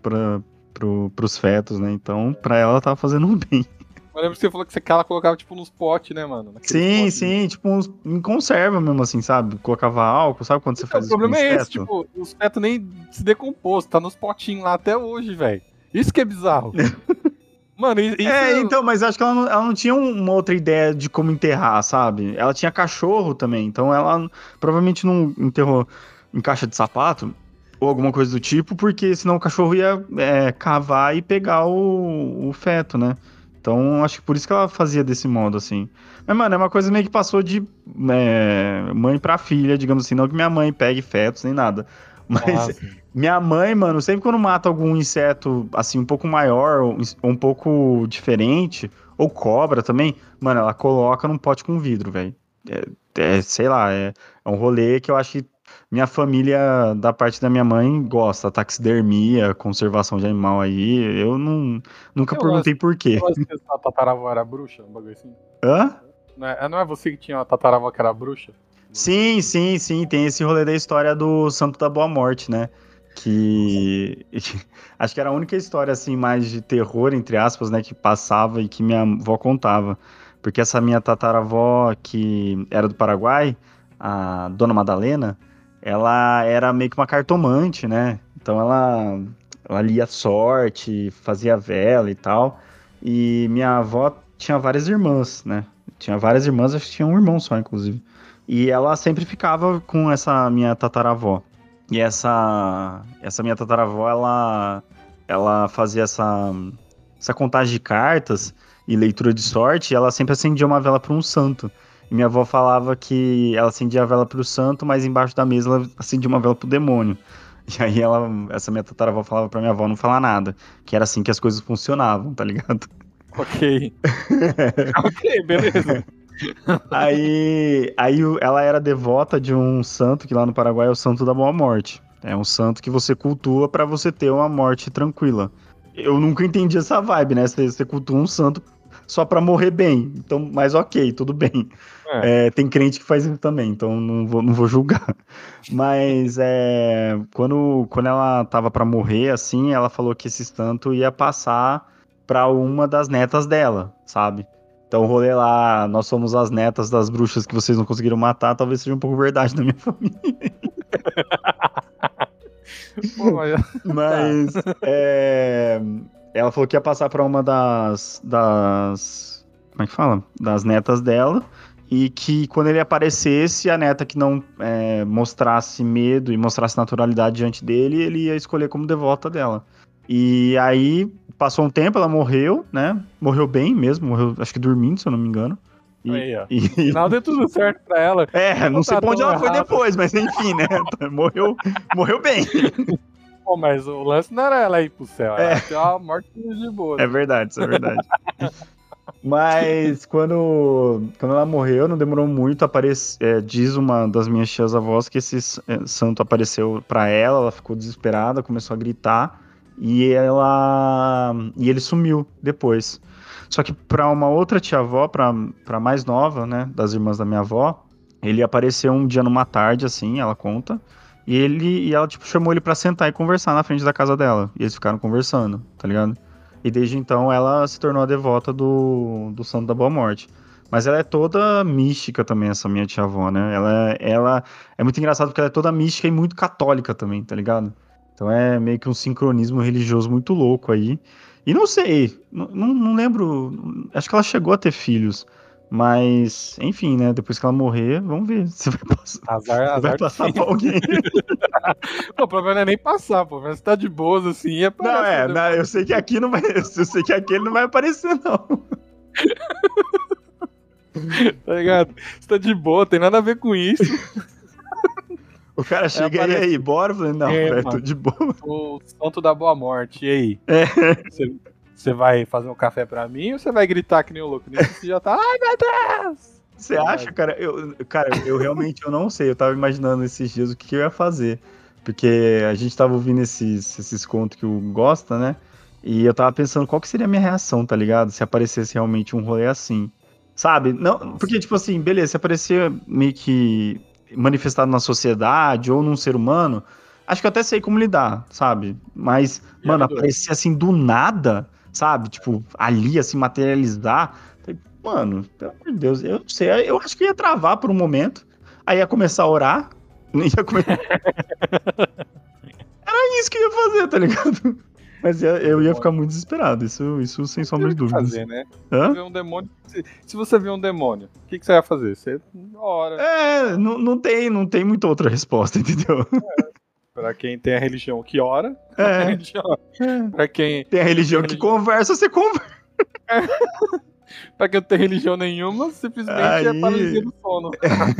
pros fetos, né, então pra ela tava fazendo um bem. Eu lembro que você falou que ela colocava, tipo, nos potes, né, mano? Naqueles Sim, potes. sim, tipo em conserva mesmo assim, sabe, colocava álcool, sabe quando você Então, faz o isso com problema é esse, inseto? tipo, os fetos nem se decompôs, tá nos potinhos lá até hoje, velho. Isso que é bizarro. Mano, isso. Então, mas acho que ela não tinha uma outra ideia de como enterrar, sabe? Ela tinha cachorro também, então ela provavelmente não enterrou em caixa de sapato ou alguma coisa do tipo, porque senão o cachorro ia cavar e pegar o feto, né? Então, acho que por isso que ela fazia desse modo, assim. Mas, mano, é uma coisa meio que passou de mãe pra filha, digamos assim. Não que minha mãe pegue fetos nem nada. Mas Ah, sim. minha mãe, mano, sempre quando mata algum inseto, assim, um pouco maior, ou um pouco diferente, ou cobra também, mano, ela coloca num pote com vidro, velho. Sei lá, é um rolê que eu acho que minha família, da parte da minha mãe, gosta. Taxidermia, conservação de animal aí. Eu nunca Tem o lance, perguntei por quê. que a tataravó era bruxa, um bagulho assim. Hã? Não é você que tinha uma tataravó que era bruxa? Sim, sim, sim. Tem esse rolê da história do Santo da Boa Morte, né? Que acho que era a única história assim mais de terror, entre aspas, né, que passava e que minha avó contava. Porque essa minha tataravó, que era do Paraguai, a Dona Madalena, ela era meio que uma cartomante, né? Então ela lia sorte, fazia vela e tal. E minha avó tinha várias irmãs, né? Tinha várias irmãs, acho que tinha um irmão só, inclusive. E ela sempre ficava com essa minha tataravó. E essa minha tataravó, ela fazia essa contagem de cartas e leitura de sorte, e ela sempre acendia uma vela para um santo. E minha avó falava que ela acendia a vela para o santo, mas embaixo da mesa ela acendia uma vela para o demônio. E aí essa minha tataravó falava pra minha avó não falar nada, que era assim que as coisas funcionavam, tá ligado? Ok. Ok, beleza. Ela era devota de um santo que lá no Paraguai é o Santo da Boa Morte. É um santo que você cultua pra você ter uma morte tranquila. Eu nunca entendi essa vibe, né? Você cultua um santo só pra morrer bem. Então, mas ok, tudo bem. É. Tem crente que faz isso também, então não vou julgar. Mas quando ela tava pra morrer, assim, ela falou que esse santo ia passar pra uma das netas dela, sabe? Então o rolê lá, nós somos as netas das bruxas que vocês não conseguiram matar, talvez seja um pouco verdade na minha família. Pô, mas... Tá. Mas ela falou que ia passar pra uma das. Como é que fala? Das netas dela. E que quando ele aparecesse, a neta que não mostrasse medo e mostrasse naturalidade diante dele, ele ia escolher como devota dela. E aí, passou um tempo, ela morreu, né? Morreu bem mesmo, morreu, acho que dormindo, se eu não me engano. Aí, ó. No final deu tudo certo pra ela. Não sei Tá pra onde tão ela foi errado. depois, mas enfim, né? Morreu bem. Pô, mas o lance não era ela ir pro céu, era ter uma morte de boa. É verdade, isso é verdade. Mas quando ela morreu, não demorou muito, diz uma das minhas tias-avós que esse santo apareceu pra ela, ela ficou desesperada, começou a gritar, e ele sumiu depois. Só que pra uma outra tia-avó, pra mais nova, né, das irmãs da minha avó, ele apareceu um dia numa tarde, assim, ela conta, e ela, tipo, chamou ele pra sentar e conversar na frente da casa dela, e eles ficaram conversando, tá ligado? E desde então ela se tornou a devota do Santo da Boa Morte. Mas ela é toda mística também, essa minha tia-avó, né? Ela é muito engraçado porque ela é toda mística e muito católica também, tá ligado? Então é meio que um sincronismo religioso muito louco aí. E não sei, não lembro. Acho que ela chegou a ter filhos. Mas, enfim, né? Depois que ela morrer, vamos ver se vai Azar de passar quem. pra alguém. Pô, o problema não é nem passar, pô. Mas se tá de boas assim, Não, aparece. eu sei que aqui não vai. Eu sei que aqui ele não vai aparecer, não. Tá ligado? Se tá de boa, tem nada a ver com isso. O cara chega aí, bora? Eu falei, não, velho, tô Mano, de boa. o santo da boa morte, e aí? É, Você Você vai fazer um café pra mim ou você vai gritar que nem o louco? Nisso você já tá, ai meu Deus! Você acha, cara? Eu realmente eu não sei. Eu tava imaginando esses dias o que eu ia fazer. Porque a gente tava ouvindo esses contos que o gosta, né? E eu tava pensando qual que seria a minha reação, tá ligado? Se aparecesse realmente um rolê assim. Sabe? Não, porque, tipo assim, beleza, se aparecer meio que manifestado na sociedade ou num ser humano, acho que eu até sei como lidar, sabe? Mas, Já mano, lidou. aparecer assim do nada, sabe? Tipo, ali, assim, materializar. Mano, pelo amor de Deus, eu não sei. Eu acho que ia travar por um momento. Aí ia começar a orar. Ia começar... Era isso que eu ia fazer, tá ligado? Mas eu ia ficar muito desesperado. Isso sem Não sombra tem de o que dúvidas. fazer, né? Você Hã? vê um demônio. Se você vê um demônio, o que você vai fazer? Você ora. É, não tem muita outra resposta, entendeu? Pra quem tem a religião que ora, a É, religião. é. Pra quem Tem a não tem religião que religião. conversa, você conversa. Pra quem não tem religião nenhuma, simplesmente é paralisia Aí. do sono.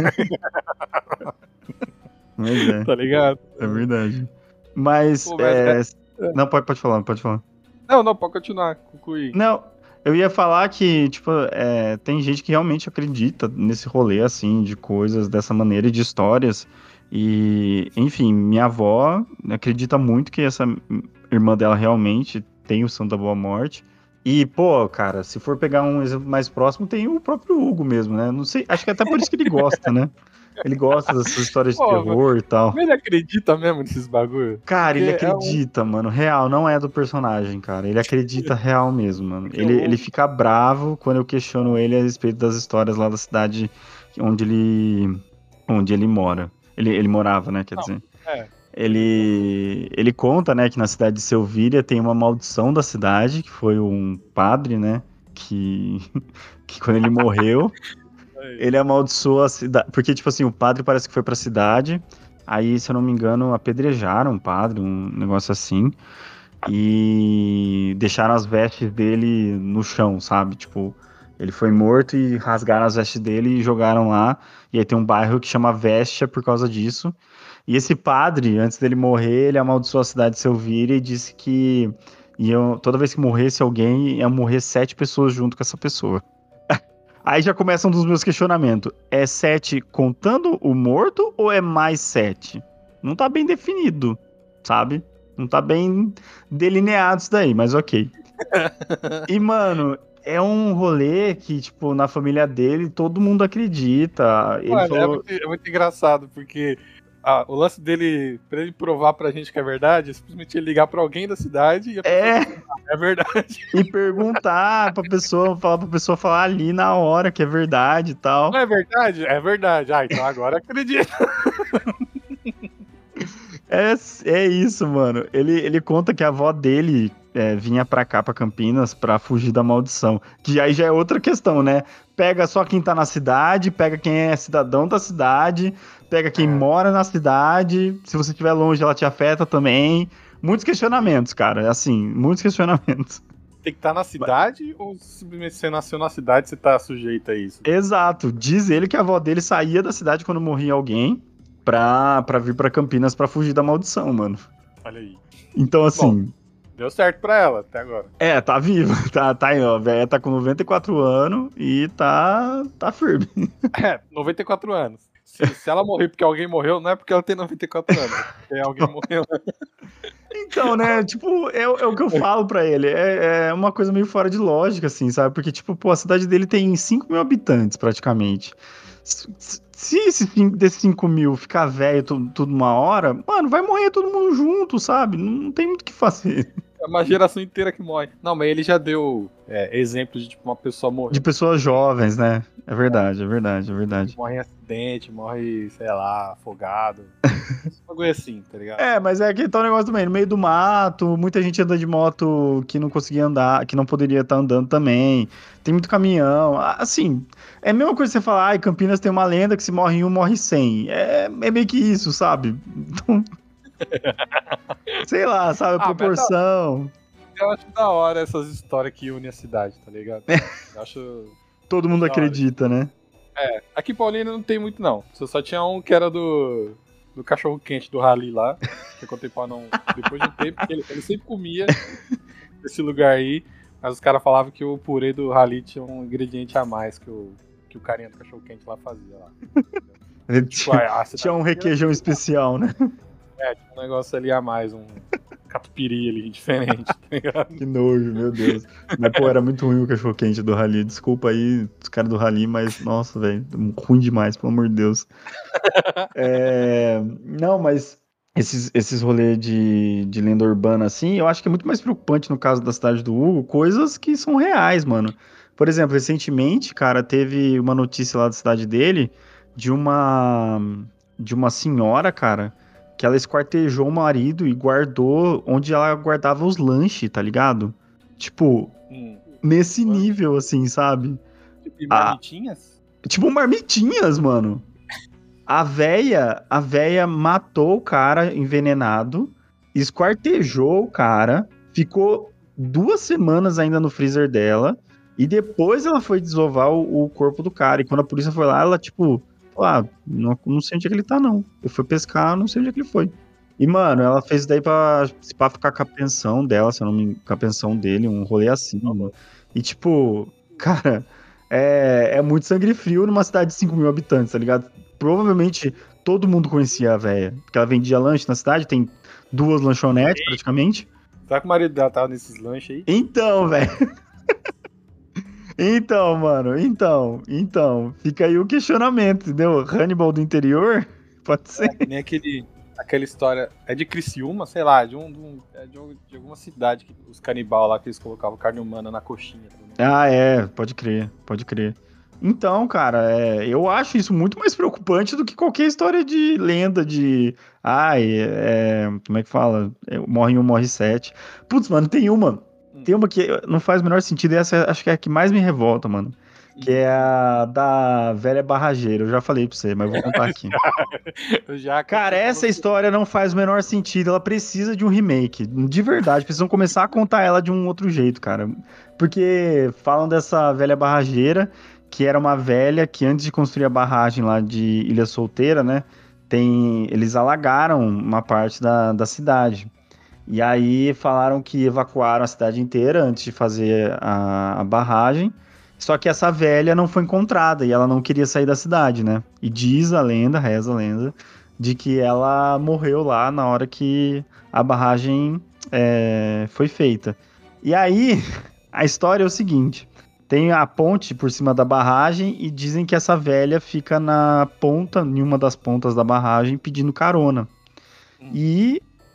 Mas é, Tá ligado? é verdade. Mas, Pô, mas não, pode falar, pode falar. Não, pode continuar, concluir. Não, eu ia falar que, tipo, tem gente que realmente acredita nesse rolê, assim, de coisas dessa maneira e de histórias. E, enfim, minha avó acredita muito que essa irmã dela realmente tem o Santo da Boa Morte. E, pô, cara, se for pegar um exemplo mais próximo, tem o próprio Hugo mesmo, né? Não sei, acho que é até por isso que ele gosta, né? Ele gosta dessas histórias de Pô, terror e tal. mas ele acredita mesmo nesses bagulho? Cara, Porque ele é um. acredita, mano. Real, não é do personagem, cara. Ele acredita real mesmo, mano. Porque Ele o. fica bravo quando eu questiono ele a respeito das histórias lá da cidade onde ele mora. Ele morava, né? Quer Não, dizer. é. Ele conta, né, que na cidade de Selvíria tem uma maldição da cidade, que foi um padre, né? Que, que quando ele morreu. Ele amaldiçoou a cidade. Porque, tipo assim, o padre parece que foi pra cidade. Aí, se eu não me engano, apedrejaram o padre, um negócio assim. E deixaram as vestes dele no chão, sabe? Tipo, ele foi morto e rasgaram as vestes dele e jogaram lá. E aí tem um bairro que chama Vestia por causa disso. E esse padre, antes dele morrer, ele amaldiçoou a cidade de Selvíria e disse que toda vez que morresse alguém, ia morrer 7 pessoas junto com essa pessoa. Aí já começa um dos meus questionamentos. É 7 contando o morto ou é mais 7? Não tá bem definido, sabe? Não tá bem delineado isso daí, mas ok. E, mano, é um rolê que, tipo, na família dele, todo mundo acredita. Ele Mano, falou. é muito engraçado, porque o lance dele, pra ele provar pra gente que é verdade, é simplesmente ele ligar pra alguém da cidade e a pessoa É, confirmar, é verdade. e perguntar pra pessoa, falar pra pessoa falar ali na hora que é verdade e tal. Não é verdade? É verdade. Ah, então agora acredito. É isso, mano. Ele conta que a avó dele vinha pra cá, pra Campinas, pra fugir da maldição. Que aí já é outra questão, né? Pega só quem tá na cidade, pega quem é cidadão da cidade, pega quem mora na cidade. Se você estiver longe, ela te afeta também. Muitos questionamentos, cara. Assim, muitos questionamentos. Tem que estar na cidade ou simplesmente você nasceu na cidade você tá sujeito a isso? Exato. Diz ele que a avó dele saía da cidade quando morria alguém pra vir pra Campinas pra fugir da maldição, mano. Olha aí. Então, Bom, assim. deu certo pra ela até agora. Tá viva, tá aí, ó. A véia tá com 94 anos e tá firme. 94 anos. Se ela morrer porque alguém morreu, não é porque ela tem 94 anos, é porque alguém morreu. Então, né, tipo, é o que eu falo pra ele. É uma coisa meio fora de lógica, assim, sabe? Porque, tipo, pô, a cidade dele tem 5 mil habitantes, praticamente. Se desses 5 mil ficar velho tudo uma hora, mano, vai morrer todo mundo junto, sabe? Não tem muito o que fazer. É uma geração inteira que morre. Não, mas ele já deu exemplos de tipo, uma pessoa morrer. De pessoas jovens, né? É verdade, é verdade, é verdade. Morre em acidente, morre, sei lá, afogado. Esse bagulho assim, tá ligado? Mas é que tá um negócio também, no meio do mato, muita gente anda de moto que não conseguia andar, que não poderia estar andando também. Tem muito caminhão. Assim, é a mesma coisa que você falar, Campinas tem uma lenda que se morre um, morre 100. É meio que isso, sabe? Então, sei lá, sabe, a proporção. Eu acho da hora essas histórias que unem a cidade, tá ligado? Eu acho. Todo mundo acredita, né? Aqui em Paulínia não tem muito, não. Só tinha um que era do cachorro quente do Rally lá. Que eu contei pra não. Depois de um tempo, que ele sempre comia nesse lugar aí. Mas os caras falavam que o purê do Rally tinha um ingrediente a mais que o carinha do cachorro-quente lá fazia lá. Tipo, a Tinha um requeijão especial, né? Tinha um negócio ali a mais, um catupiry ali diferente, tá ligado? Que nojo, meu Deus. Mas, pô, era muito ruim o cachorro-quente do Rally. Desculpa aí os caras do Rally, mas, nossa, velho, ruim demais, pelo amor de Deus. Não, mas esses rolês de lenda urbana, assim, eu acho que é muito mais preocupante no caso da cidade do Hugo, coisas que são reais, mano. Por exemplo, recentemente, cara, teve uma notícia lá da cidade dele de uma, de uma senhora, cara, que ela esquartejou o marido e guardou onde ela guardava os lanches, tá ligado? Tipo, nesse nível, assim, sabe? Tipo, marmitinhas? Tipo marmitinhas, mano. A véia matou o cara envenenado, esquartejou o cara, ficou 2 semanas ainda no freezer dela, e depois ela foi desovar o corpo do cara. E quando a polícia foi lá, ela, tipo, não sei onde é que ele tá, não. Eu fui pescar, não sei onde é que ele foi. E, mano, ela fez isso daí pra ficar com a pensão dela, se eu não me engano, com a pensão dele, um rolê assim, mano. E, tipo, cara, é muito sangue frio numa cidade de 5 mil habitantes, tá ligado? Provavelmente todo mundo conhecia a véia, porque ela vendia lanche na cidade, tem 2 lanchonetes praticamente. Será que o marido dela tava nesses lanches aí? Então, velho. Então, mano, então, fica aí o questionamento, entendeu? Hannibal do interior? Pode ser. Nem aquela história, é de Criciúma, sei lá, de alguma cidade, que os canibal lá que eles colocavam carne humana na coxinha. Pode crer. Então, cara, eu acho isso muito mais preocupante do que qualquer história de lenda de. Como é que fala? Morre um, morre 7. Putz, mano, tem uma que não faz o menor sentido, e essa acho que é a que mais me revolta, mano. Que é a da velha barrageira. Eu já falei pra você, mas eu vou contar aqui. Cara, essa história não faz o menor sentido. Ela precisa de um remake. De verdade, precisam começar a contar ela de um outro jeito, cara. Porque falam dessa velha barrageira, que era uma velha que antes de construir a barragem lá de Ilha Solteira, né? Eles alagaram uma parte da cidade. E aí falaram que evacuaram a cidade inteira antes de fazer a barragem. Só que essa velha não foi encontrada e ela não queria sair da cidade, né? E diz a lenda, reza a lenda, de que ela morreu lá na hora que a barragem foi feita. E aí, a história é o seguinte: tem a ponte por cima da barragem e dizem que essa velha fica na ponta, em uma das pontas da barragem, pedindo carona. E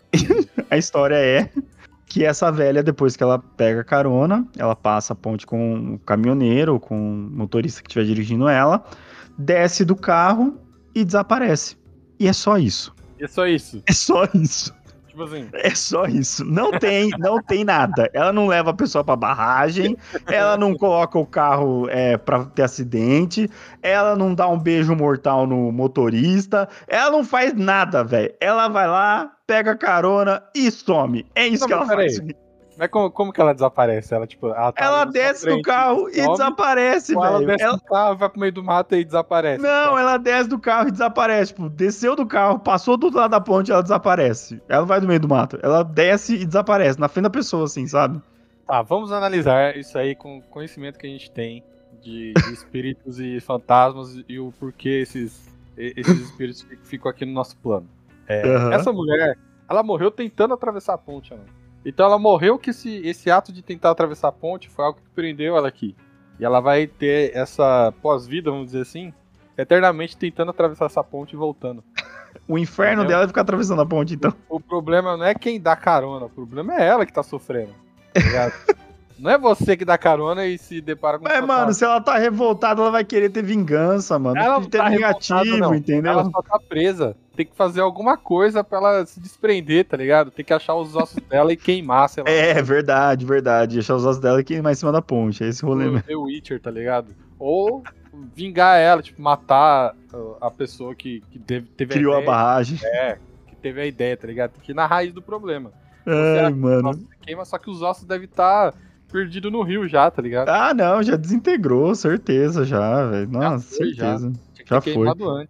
a história é que essa velha, depois que ela pega carona, ela passa a ponte com o caminhoneiro, com o motorista que estiver dirigindo ela, desce do carro e desaparece. E é só isso. É só isso? É só isso. Tipo assim. É só isso. Não tem nada. Ela não leva a pessoa pra barragem, ela não coloca o carro pra ter acidente, ela não dá um beijo mortal no motorista, ela não faz nada, velho. Ela vai lá, pega carona e some. É isso que ela faz. Mas como que ela desaparece? Ela desce do carro e desaparece, velho. Ela desce do carro, vai pro meio do mato e desaparece. Não, ela desce do carro e desaparece. Tipo, desceu do carro, passou do outro lado da ponte, ela desaparece. Ela vai do meio do mato. Ela desce e desaparece, na frente da pessoa, assim, sabe? Tá, vamos analisar isso aí com o conhecimento que a gente tem de espíritos e fantasmas e o porquê esses espíritos ficam aqui no nosso plano. Essa mulher, ela morreu tentando atravessar a ponte, né? Então ela morreu que esse ato de tentar atravessar a ponte foi algo que prendeu ela aqui. E ela vai ter essa pós-vida, vamos dizer assim, eternamente tentando atravessar essa ponte e voltando. O inferno dela é ficar atravessando a ponte, então. O problema não é quem dá carona, o problema é ela que tá sofrendo. Tá ligado? Não é você que dá carona e se depara com mano, se ela tá revoltada, ela vai querer ter vingança, mano. Ela não ter tá negativo, não. Entendeu? Ela só tá presa. Tem que fazer alguma coisa pra ela se desprender, tá ligado? Tem que achar os ossos dela e queimar, sei lá. Verdade. Achar os ossos dela e queimar em cima da ponte. É esse rolê mesmo. The Witcher, tá ligado? Ou vingar ela, tipo, matar a pessoa que teve criou a ideia. A barragem. Que teve a ideia, tá ligado? Tem que ir na raiz do problema. Mano. Queima, só que os ossos devem estar perdido no rio já, tá ligado? Ah, não, já desintegrou, certeza já, velho. Nossa, certeza. Já foi. Queimado antes.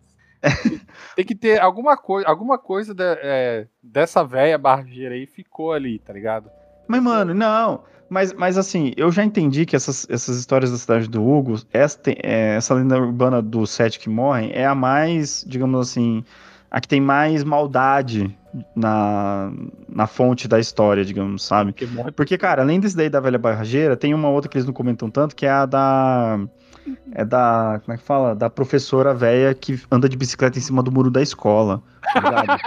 Tem que ter alguma coisa dessa velha barrageira aí ficou ali, tá ligado? Mas, mano, não. Mas assim, eu já entendi que essas histórias da cidade do Hugo, essa lenda urbana dos sete que morrem, é a mais, digamos assim, a que tem mais maldade na fonte da história, digamos, sabe? Porque morre Porque, pessoa. cara, além desse daí da Velha Barrageira, tem uma outra que eles não comentam tanto, que é a da. É da. Como é que fala? Da professora velha que anda de bicicleta em cima do muro da escola, tá ligado?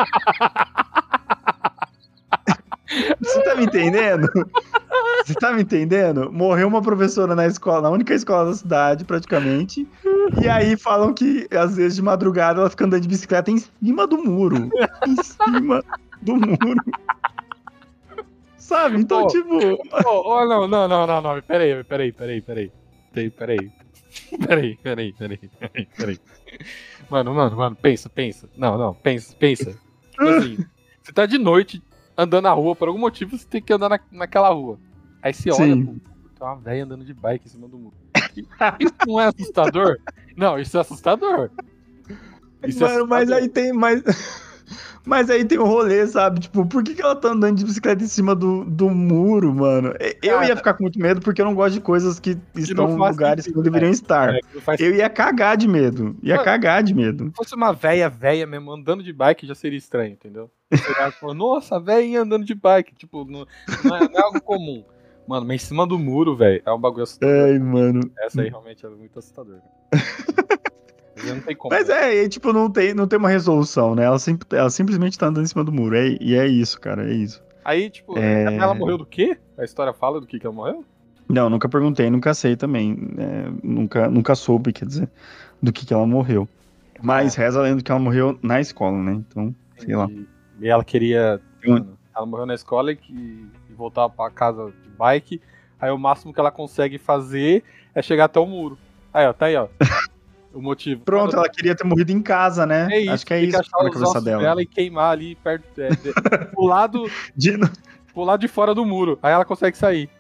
Você tá me entendendo? Você tá me entendendo? Morreu uma professora na escola, na única escola da cidade, praticamente. E aí falam que, às vezes, de madrugada, ela fica andando de bicicleta em cima do muro. Em cima do muro. Sabe? Então, Ô, tipo. não, não, não, não, não. Peraí. Peraí. Mano, pensa. Não, pensa. Tipo assim, você tá de noite andando na rua, por algum motivo você tem que andar naquela rua. Aí você olha, pô, Sim. tem uma velha andando de bike em cima do muro. Isso não é assustador? Não, isso é assustador. Isso é Mano, mas assustador. aí tem. Mas aí tem um rolê, sabe? Tipo, por que ela tá andando de bicicleta em cima do muro, mano? Eu ia Cara, ficar com muito medo porque eu não gosto de coisas que que não estão em faz lugares que não sentido, né? deveriam estar. Que não faz Eu ia cagar de medo. Ia Mano, cagar de medo. se fosse uma véia mesmo andando de bike, já seria estranho, entendeu? Você olhava e falava, nossa, a véia andando de bike. Tipo, não é algo comum. Mano, mas em cima do muro, velho, é um bagulho assustador. Ai, mano. Essa aí realmente é muito assustador. Mas aí não tem como, Mas né? tipo, não tem uma resolução, né? Ela simplesmente tá andando em cima do muro. E é isso, cara, é isso. Aí, tipo, ela É... morreu do quê? A história fala do que ela morreu? Não, nunca perguntei, nunca sei também. Nunca soube, quer dizer, do que ela morreu. Ah, Mas reza a lenda que ela morreu na escola, né? Então, sei lá. entendi. E ela queria. Tem Mano, ela morreu na escola e voltava pra casa de bike. Aí o máximo que ela consegue fazer é chegar até o muro. Aí, ó, tá aí, ó. O motivo. Pronto, Mano, ela queria ter morrido em casa, né? é Acho isso, que é tem que isso que tá achar na os cabeça ossos dela. dela e queimar ali perto. Pro lado, De- pro lado de fora do muro. Aí ela consegue sair.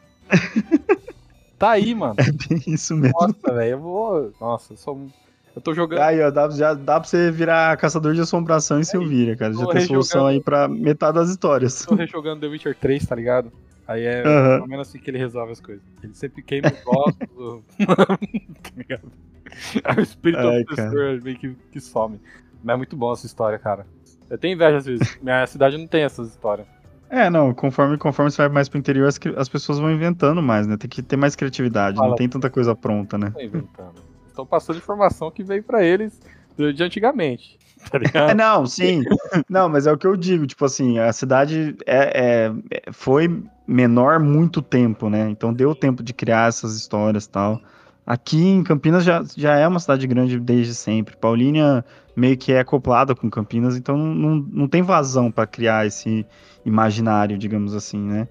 Tá aí, mano. É bem isso mesmo. Nossa, velho, eu vou. Nossa, eu tô jogando. Aí, ó, já dá pra você virar caçador de assombração em É isso. Silvíria, cara. Já Tô tem solução rejogando, aí pra metade das histórias. tô rejogando The Witcher 3, tá ligado? Aí é mais ou Aham. menos assim que ele resolve as coisas. Ele sempre queima os ossos, tá ligado? Aí o espírito Ai, cara. obsessor meio que some. Mas é muito bom essa história, cara. Eu tenho inveja às vezes. Minha cidade não tem essas histórias. Não, conforme você vai mais pro interior, as pessoas vão inventando mais, né? Tem que ter mais criatividade, não Fala, tem tanta coisa pronta, né? tô inventando. Estão passando informação que veio pra eles de antigamente, tá ligado? Não, sim. Não, mas é o que eu digo, tipo assim, a cidade foi menor muito tempo, né? Então deu tempo de criar essas histórias e tal. Aqui em Campinas já é uma cidade grande desde sempre. Paulínia meio que é acoplada com Campinas, então não tem vazão para criar esse imaginário, digamos assim, né?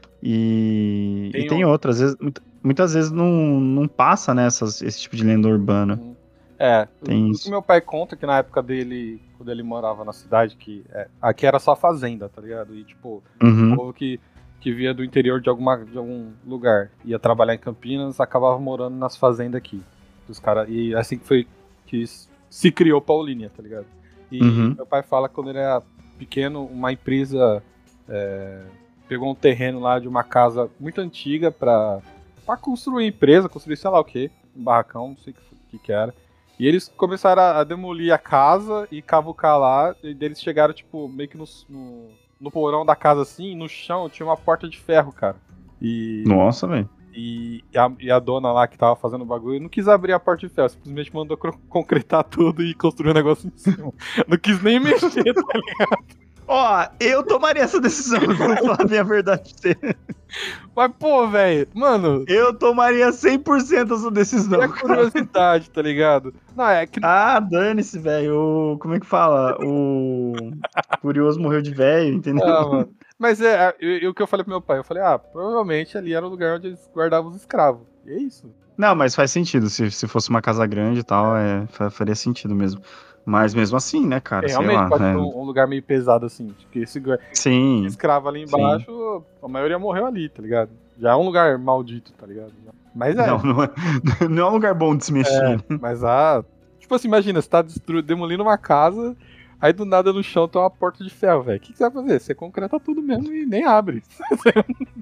E Tem tem um. outras, muitas vezes não passa, né, esse tipo de lenda urbana. É, Tem o que isso. meu pai conta é que na época dele, quando ele morava na cidade, aqui era só fazenda, tá ligado? E tipo, o Uhum, povo que via do interior de algum lugar, ia trabalhar em Campinas, acabava morando nas fazendas aqui. E assim que foi que se criou Paulínia, tá ligado? E uhum. meu pai fala que quando ele era pequeno, uma empresa pegou um terreno lá de uma casa muito antiga pra construir empresa, construir sei lá o que, um barracão, não sei o que era. E eles começaram a demolir a casa e cavucar lá. E eles chegaram, tipo, meio que no porão da casa, assim, no chão tinha uma porta de ferro, cara. E, Nossa, velho. e a dona lá que tava fazendo o bagulho não quis abrir a porta de ferro, simplesmente mandou concretar tudo e construir um negócio em cima. Não quis nem mexer, tá ligado? Ó, eu tomaria essa decisão, vou falar a minha verdade pra você. Mas, pô, velho, mano, Eu tomaria 100% essa decisão, é a cara. curiosidade, tá ligado? Não, é que. Ah, dane-se, velho. Como é que fala? O Curioso morreu de velho, entendeu? Ah, mano. Mas o que eu falei pro meu pai, eu falei, provavelmente ali era o lugar onde eles guardavam os escravos. E é isso. Não, mas faz sentido. Se fosse uma casa grande e tal, faria sentido mesmo. Mas mesmo assim, né, cara? Sei Realmente lá. pode ser um lugar meio pesado assim. Porque esse Sim, escravo ali sim. embaixo, a maioria morreu ali, tá ligado? Já é um lugar maldito, tá ligado? Mas Não é, não é um lugar bom de se mexer, né? mas tipo assim, imagina, você tá demolindo uma casa, aí do nada no chão tem uma porta de ferro, velho. O que você vai fazer? Você concreta tudo mesmo e nem abre.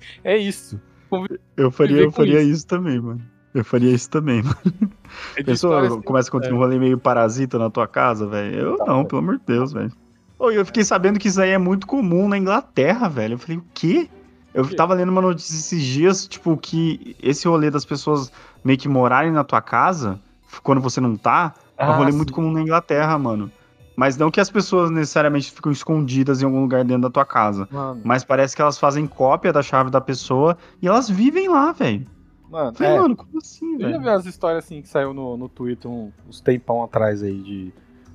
É isso. Eu faria isso também, mano. Eu faria isso também, mano. Pessoa começa a acontecer um rolê meio parasita na tua casa, velho. Eu não, pelo amor de Deus, velho. Eu fiquei sabendo que isso aí é muito comum na Inglaterra, velho. Eu falei, o quê? Eu tava lendo uma notícia esses dias, tipo, que esse rolê das pessoas meio que morarem na tua casa, quando você não tá, é um rolê muito comum na Inglaterra, mano. Mas não que as pessoas necessariamente ficam escondidas em algum lugar dentro da tua casa. Mano. Mas parece que elas fazem cópia da chave da pessoa e elas vivem lá, velho. Mano, mano, como assim, velho? Eu já vi umas histórias assim que saiu no Twitter uns tempão atrás aí de...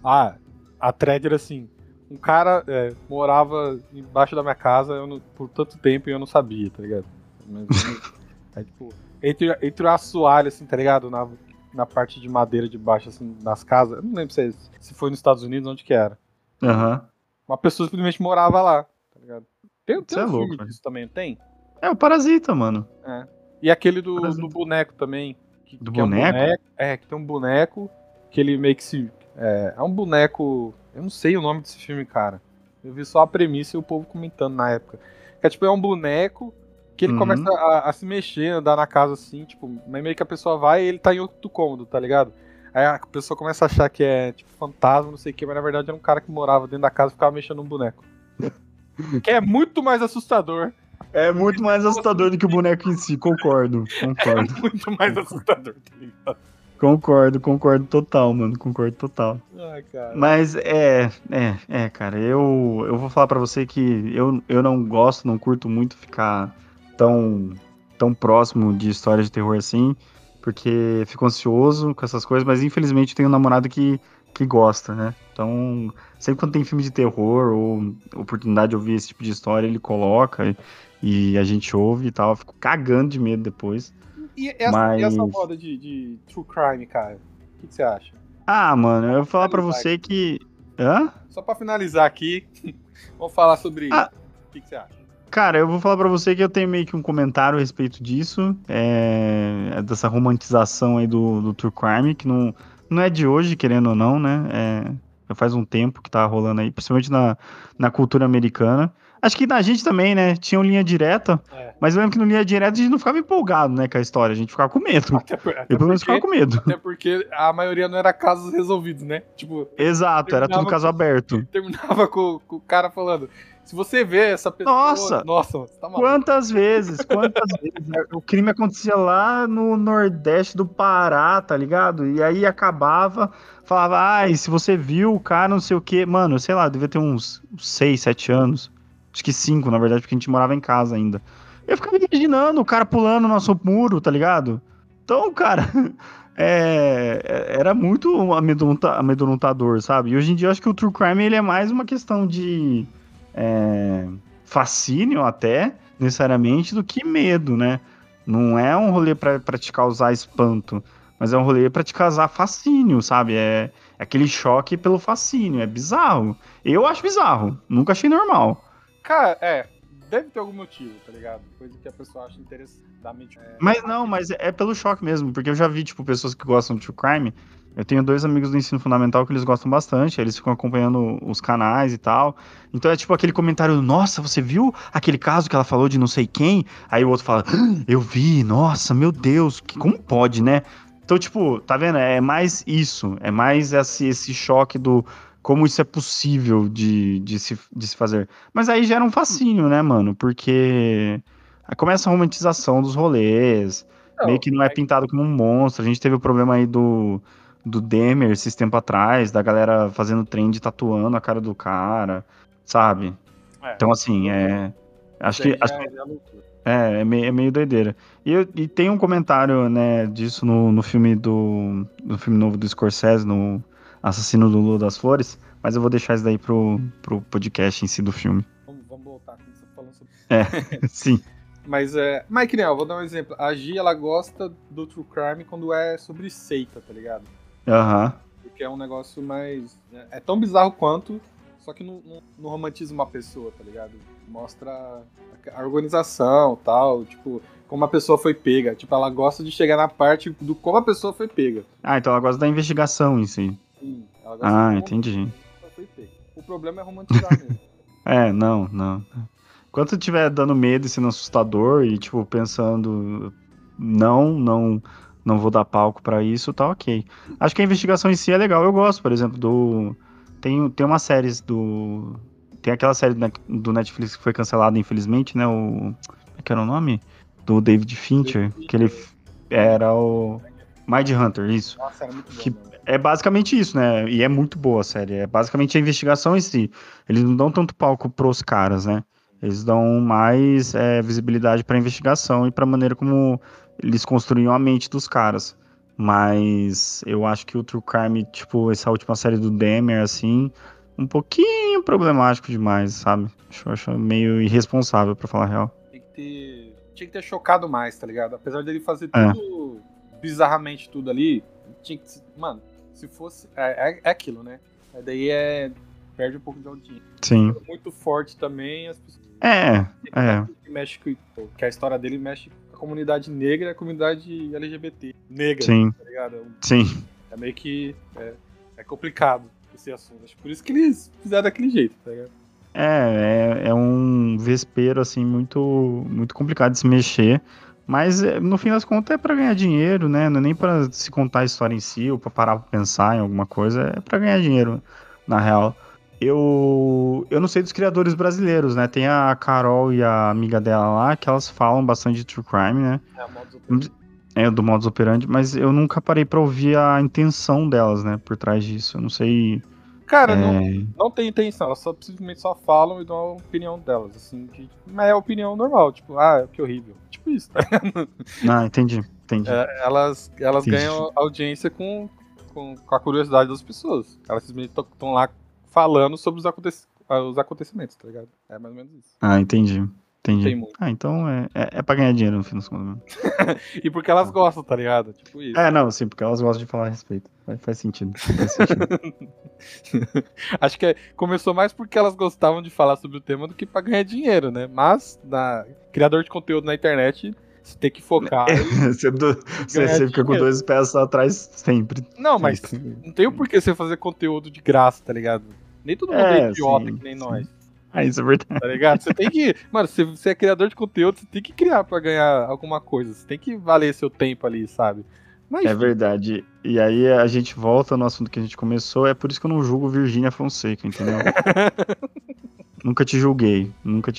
a thread era assim, um cara morava embaixo da minha casa por tanto tempo e eu não sabia, tá ligado? Mas, tipo, entre o assoalho, assim, tá ligado? Na parte de madeira de baixo, assim, das casas. Eu não lembro se foi nos Estados Unidos, onde que era. Uma pessoa simplesmente morava lá, tá ligado? Tem um filme disso também, não tem? É o Parasita, mano. E aquele do boneco também. Do boneco? Que tem um boneco que ele meio que se... É um boneco... Eu não sei o nome desse filme, cara. Eu vi só a premissa e o povo comentando na época. Que é um boneco que ele começa a se mexer, andar na casa assim, tipo, mas meio que a pessoa vai e ele tá em outro cômodo, tá ligado? Aí a pessoa começa a achar que é tipo fantasma, não sei o que, mas na verdade era um cara que morava dentro da casa e ficava mexendo num boneco. Que é muito mais assustador. É muito mais assustador do que o boneco em si, concordo. É muito mais assustador, tá ligado? Concordo total, mano. Concordo total. Cara. Mas cara, eu vou falar pra você que eu não gosto, não curto muito ficar tão próximo de histórias de terror assim, porque fico ansioso com essas coisas, mas infelizmente tenho um namorado que gosta, né? Então, sempre quando tem filme de terror ou oportunidade de ouvir esse tipo de história, ele coloca e a gente ouve e tal. Eu fico cagando de medo depois. E essa moda de true crime, cara? O que você acha? Mano, eu vou falar pra você que... Hã? Só pra finalizar aqui, vamos falar sobre o que você acha. Cara, eu vou falar pra você que eu tenho meio que um comentário a respeito disso, dessa romantização aí do true crime, que não é de hoje, querendo ou não, né? Já faz um tempo que tá rolando aí, principalmente na cultura americana. Acho que na gente também, né? Tinha Linha Direta, mas eu lembro que no Linha Direta a gente não ficava empolgado, né, com a história, a gente ficava com medo. Eu pelo menos ficava com medo. Até porque a maioria não era casos resolvidos, né? Tipo, exato, era tudo caso aberto. Terminava com o cara falando... Se você vê essa pessoa... Nossa, você tá maluco. Quantas vezes? O crime acontecia lá no Nordeste do Pará, tá ligado? E aí acabava, falava, e se você viu o cara, não sei o quê. Mano, sei lá, devia ter uns 6, 7 anos. Acho que 5, na verdade, porque a gente morava em casa ainda. Eu ficava imaginando o cara pulando no nosso muro, tá ligado? Então, cara... era muito amedrontador, sabe? E hoje em dia eu acho que o true crime ele é mais uma questão de... fascínio até, necessariamente, do que medo, né? Não é um rolê pra te causar espanto, mas é um rolê pra te causar fascínio, sabe? É aquele choque pelo fascínio, é bizarro. Eu acho bizarro, nunca achei normal. Cara, deve ter algum motivo, tá ligado? Coisa que a pessoa acha interessante. Mas é pelo choque mesmo, porque eu já vi, tipo, pessoas que gostam de true crime. Eu tenho 2 amigos do ensino fundamental que eles gostam bastante, eles ficam acompanhando os canais e tal. Então é tipo aquele comentário, nossa, você viu aquele caso que ela falou de não sei quem? Aí o outro fala, eu vi, nossa, meu Deus, como pode, né? Então, tipo, tá vendo? É mais isso, é mais esse choque do como isso é possível de se fazer. Mas aí gera um fascínio, né, mano? Porque aí começa a romantização dos rolês, meio que não é pintado como um monstro. A gente teve o problema aí do Dahmer esses tempos atrás, da galera fazendo trend tatuando a cara do cara, sabe? Então, assim, acho que é meio doideira. E tem um comentário, né, disso no filme no filme novo do Scorsese, no Assassino do Lula das Flores, mas eu vou deixar isso daí pro podcast em si do filme. Vamos voltar com você falando sobre sim. Mas Mike Nell, vou dar um exemplo. A Gi, ela gosta do true crime quando é sobre seita, tá ligado? Porque é um negócio mais... É tão bizarro quanto, só que não romantiza uma pessoa, tá ligado? Mostra a organização e tal, tipo, como a pessoa foi pega. Tipo, ela gosta de chegar na parte do como a pessoa foi pega. Então ela gosta da investigação em si. Sim, ela gosta entendi. Foi pega. O problema é romantizar mesmo. Não. Enquanto tiver dando medo e sendo assustador e, tipo, pensando, não vou dar palco pra isso, tá ok. Acho que a investigação em si é legal. Eu gosto, por exemplo, tem umas séries tem aquela série do Netflix que foi cancelada, infelizmente, né? Como é que era o nome? Do David Fincher, que ele era o Mindhunter, isso. Nossa, era muito bom, Que mano. é basicamente isso, né? E é muito boa a série. É basicamente a investigação em si. Eles não dão tanto palco pros caras, né? Eles dão mais visibilidade pra investigação e pra maneira como eles construíam a mente dos caras. Mas eu acho que o True Crime, tipo, essa última série do Dahmer, assim, um pouquinho problemático demais, sabe? Acho meio irresponsável, pra falar a real. Tinha que ter chocado mais, tá ligado? Apesar dele fazer É. tudo, bizarramente tudo ali, tinha que. Mano, se fosse. É aquilo, né? Daí perde um pouco de audiência. Sim. Muito forte também, as pessoas. É. Que mexe que a história dele mexe com a comunidade negra e a comunidade LGBT. Negra, Sim. tá ligado? Sim. É meio que. É complicado esse assunto. Acho que por isso que eles fizeram daquele jeito, tá ligado? É um vespeiro, assim, muito, muito complicado de se mexer. Mas, no fim das contas, é pra ganhar dinheiro, né? Não é nem pra se contar a história em si ou pra parar pra pensar em alguma coisa. É pra ganhar dinheiro, na real. Eu não sei dos criadores brasileiros, né? Tem a Carol e a amiga dela lá, que elas falam bastante de True Crime, né? É a modus operandi. Do modus operandi, mas eu nunca parei pra ouvir a intenção delas, né? Por trás disso. Eu não sei. Cara, não tem intenção, elas simplesmente só falam e dão a opinião delas, assim, mas é a opinião normal, tipo, que horrível. Tipo isso, tá ligado? Ah, entendi. Elas Entendi. ganham audiência com a curiosidade das pessoas. Elas simplesmente estão lá falando sobre os acontecimentos, tá ligado? É mais ou menos isso. Ah, entendi. Tem muito. Ah, então é pra ganhar dinheiro no fim das contas mesmo. E porque elas gostam, tá ligado? Tipo isso. Não, sim, porque elas gostam de falar a respeito. Faz sentido. Acho que começou mais porque elas gostavam de falar sobre o tema do que pra ganhar dinheiro, né? Mas, criador de conteúdo na internet, você tem que focar. Você fica com 2 pés atrás sempre. Não, mas não tem o porquê você fazer conteúdo de graça, tá ligado? Nem todo mundo é idiota sim, que nem sim. nós. Isso é verdade. Tá ligado? Você tem que. Mano, se você é criador de conteúdo, você tem que criar pra ganhar alguma coisa. Você tem que valer seu tempo ali, sabe? Mas, é verdade. E aí a gente volta no assunto que a gente começou. É por isso que eu não julgo Virgínia Fonseca, entendeu? Nunca te julguei.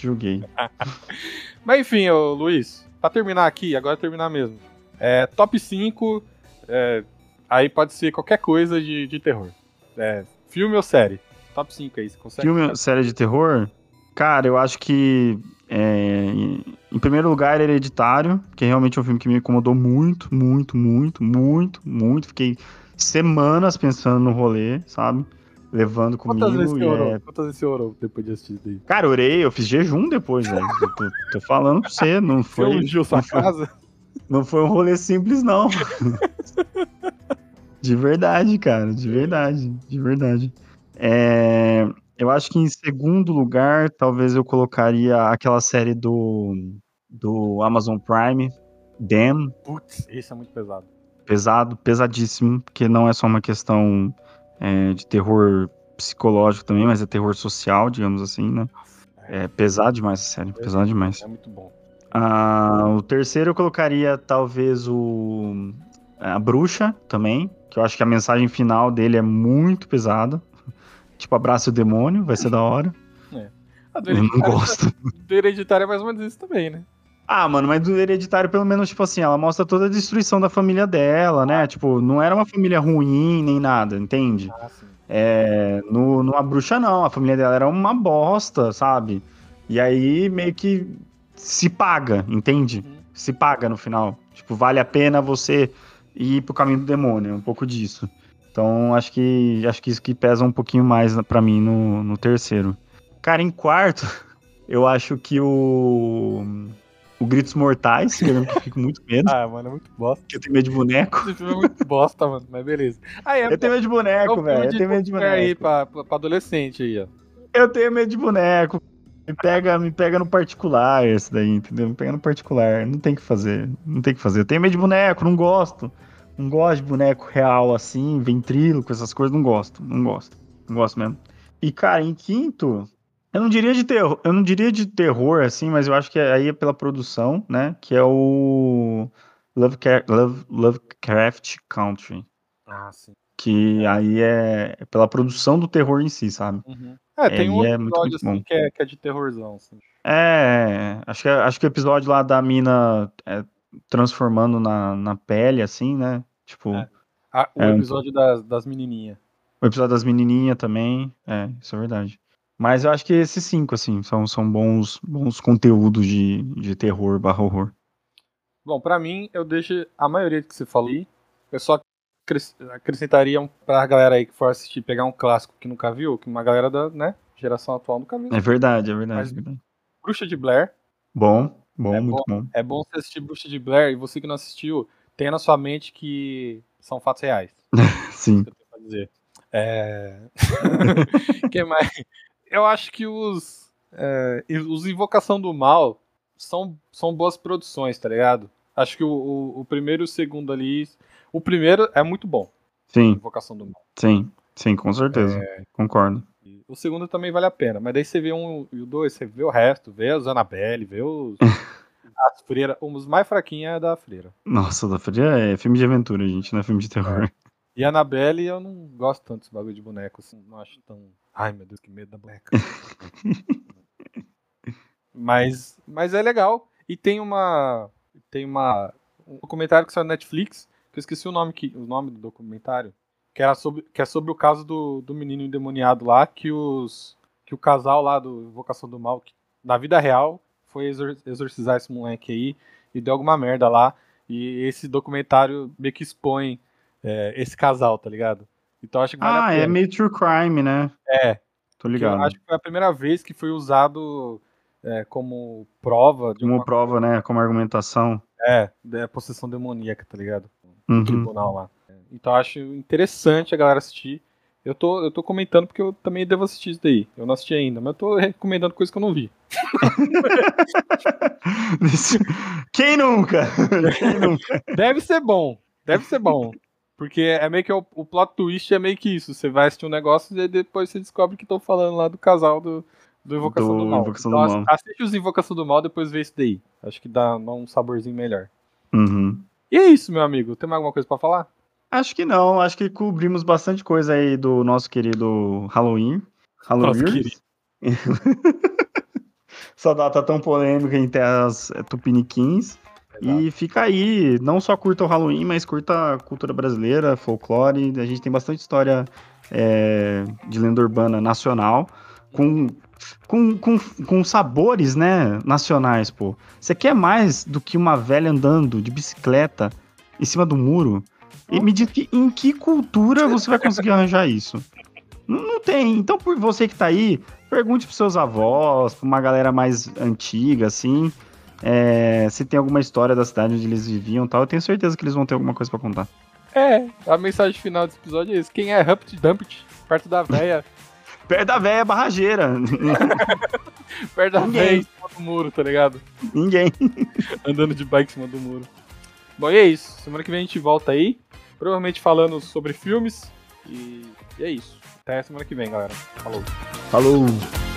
Mas enfim, Luiz, pra terminar aqui, agora terminar mesmo. Top 5. Aí pode ser qualquer coisa de terror. Filme ou série? Top 5 aí, você consegue? Filme, série de terror? Cara, eu acho que em primeiro lugar, Hereditário, que é realmente um filme que me incomodou muito, muito, muito, muito, muito. Fiquei semanas pensando no rolê, sabe? Levando comigo. Quantas vezes você orou depois de assistir isso daí? Cara, orei, eu fiz jejum depois, velho. Tô falando pra você, não Você foi. ungiu sua casa? Não foi um rolê simples, não. De verdade, cara, de verdade. Eu acho que em segundo lugar, talvez eu colocaria aquela série do Amazon Prime, Them. Putz, esse é muito pesado. Pesado, pesadíssimo, porque não é só uma questão de terror psicológico também, mas é terror social, digamos assim, né? É pesado demais a série, pesado demais. É muito bom. O terceiro eu colocaria talvez a Bruxa também, que eu acho que a mensagem final dele é muito pesada. Tipo, abraça o demônio, vai ser da hora. Eu não gosto. Do Hereditário é mais ou menos isso também, né? Mano, mas do Hereditário, pelo menos, tipo assim, ela mostra toda a destruição da família dela, né? Tipo, não era uma família ruim nem nada, entende? Sim. A Bruxa não, a família dela era uma bosta, sabe? E aí meio que se paga, entende? Se paga no final. Tipo, vale a pena você ir pro caminho do demônio, um pouco disso. Então, acho que isso que pesa um pouquinho mais pra mim no terceiro. Cara, em quarto, eu acho que o Gritos Mortais, que eu lembro que eu fico com muito medo. Mano, é muito bosta. Que eu tenho medo de boneco. Esse filme é muito bosta, mano, mas beleza. Eu tenho medo de boneco, velho. Eu tenho medo de boneco. Aí pra adolescente aí, ó. Eu tenho medo de boneco. Me pega no particular esse daí, entendeu? Me pega no particular. Não tem o que fazer. Eu tenho medo de boneco, não gosto. Não gosto de boneco real assim, ventríloco, essas coisas, não gosto mesmo. E, cara, em quinto, Eu não diria de terror, assim, mas eu acho que aí é pela produção, né? Que é o Lovecraft Country. Ah, sim. Que aí é pela produção do terror em si, sabe? Uhum. Tem um Aí outro é muito, episódio, muito assim, bom. que é de terrorzão, assim. Acho que o episódio lá da mina transformando na pele, assim, né? Tipo, É. Ah, o episódio das menininhas. o episódio das menininhas também, isso é verdade. Mas eu acho que esses cinco, assim, são bons conteúdos de terror barra horror. Bom, pra mim, eu deixo a maioria que você falou aí. Eu só acrescentaria pra galera aí que for assistir, pegar um clássico que nunca viu, que uma galera da, né, geração atual nunca viu É isso daí. verdade, é verdade, Mas é verdade. Bruxa de Blair, Bom, é muito bom, bom. é bom você assistir Bruxa de Blair e você que não assistiu, tenha na sua mente que são fatos reais. É isso Sim. que eu tenho pra dizer. É... que mais? Eu acho que os Invocação do Mal são boas produções, tá ligado? Acho que o primeiro e o segundo ali. O primeiro é muito bom, Sim, Invocação do Mal. sim, com certeza. Concordo. E o segundo também vale a pena, mas daí você vê um e o dois, você vê o resto, vê os Annabelle, vê as freiras. Os mais fraquinhos é da freira. Nossa, da Fria é filme de aventura, gente, não é filme de É. terror. E a Annabelle eu não gosto tanto desse bagulho de boneco, assim, não acho tão. Ai meu Deus, que medo da boneca. Mas é legal. E um documentário que saiu na Netflix, que eu esqueci o nome do documentário, que é sobre o caso do menino endemoniado lá, que o casal lá do Invocação do Mal, que, na vida real, foi exorcizar esse moleque aí e deu alguma merda lá. E esse documentário meio que expõe esse casal, tá ligado? Então acho que vale a É pena. meio true crime, né? É, Tô porque eu ligado. acho que foi a primeira vez que foi usado como prova de Como alguma coisa. prova, né? Como argumentação. Da possessão demoníaca, tá ligado? No Uhum. tribunal lá. Então eu acho interessante a galera assistir. Eu tô comentando porque eu também devo assistir isso daí. Eu não assisti ainda, mas eu tô recomendando coisa que eu não vi. Quem nunca? Quem nunca? Deve ser bom. Deve ser bom. Porque é meio que o plot twist é meio que isso. Você vai assistir um negócio e depois você descobre que estão falando lá do casal do Invocação do Do Mal. Invocação do Então Mal. assiste os Invocação do Mal, depois vê isso daí. Acho que dá um saborzinho melhor. Uhum. E é isso, meu amigo. Tem mais alguma coisa pra falar? Acho que não, acho que cobrimos bastante coisa aí do nosso querido Halloween. Nossa, querido. Halloween. Essa data tão polêmica em terras tupiniquins. Exato. E fica aí, não só curta o Halloween, mas curta a cultura brasileira, folclore. A gente tem bastante história de lenda urbana nacional, com sabores, né, nacionais, pô. Você quer mais do que uma velha andando de bicicleta em cima do muro? E me diz em que cultura você vai conseguir arranjar isso? Não tem. Então, por você que tá aí, pergunte pros seus avós, pra uma galera mais antiga, assim, se tem alguma história da cidade onde eles viviam e tal. Eu tenho certeza que eles vão ter alguma coisa pra contar. A mensagem final desse episódio é isso. Quem é Humpty Dumpty, perto da véia, Perto da véia barrageira. perto da Ninguém. véia em cima do muro, tá ligado? Ninguém. Andando de bike em cima do muro. Bom, e é isso. Semana que vem a gente volta aí. Provavelmente falando sobre filmes. E é isso. Até semana que vem, galera. Falou. Falou.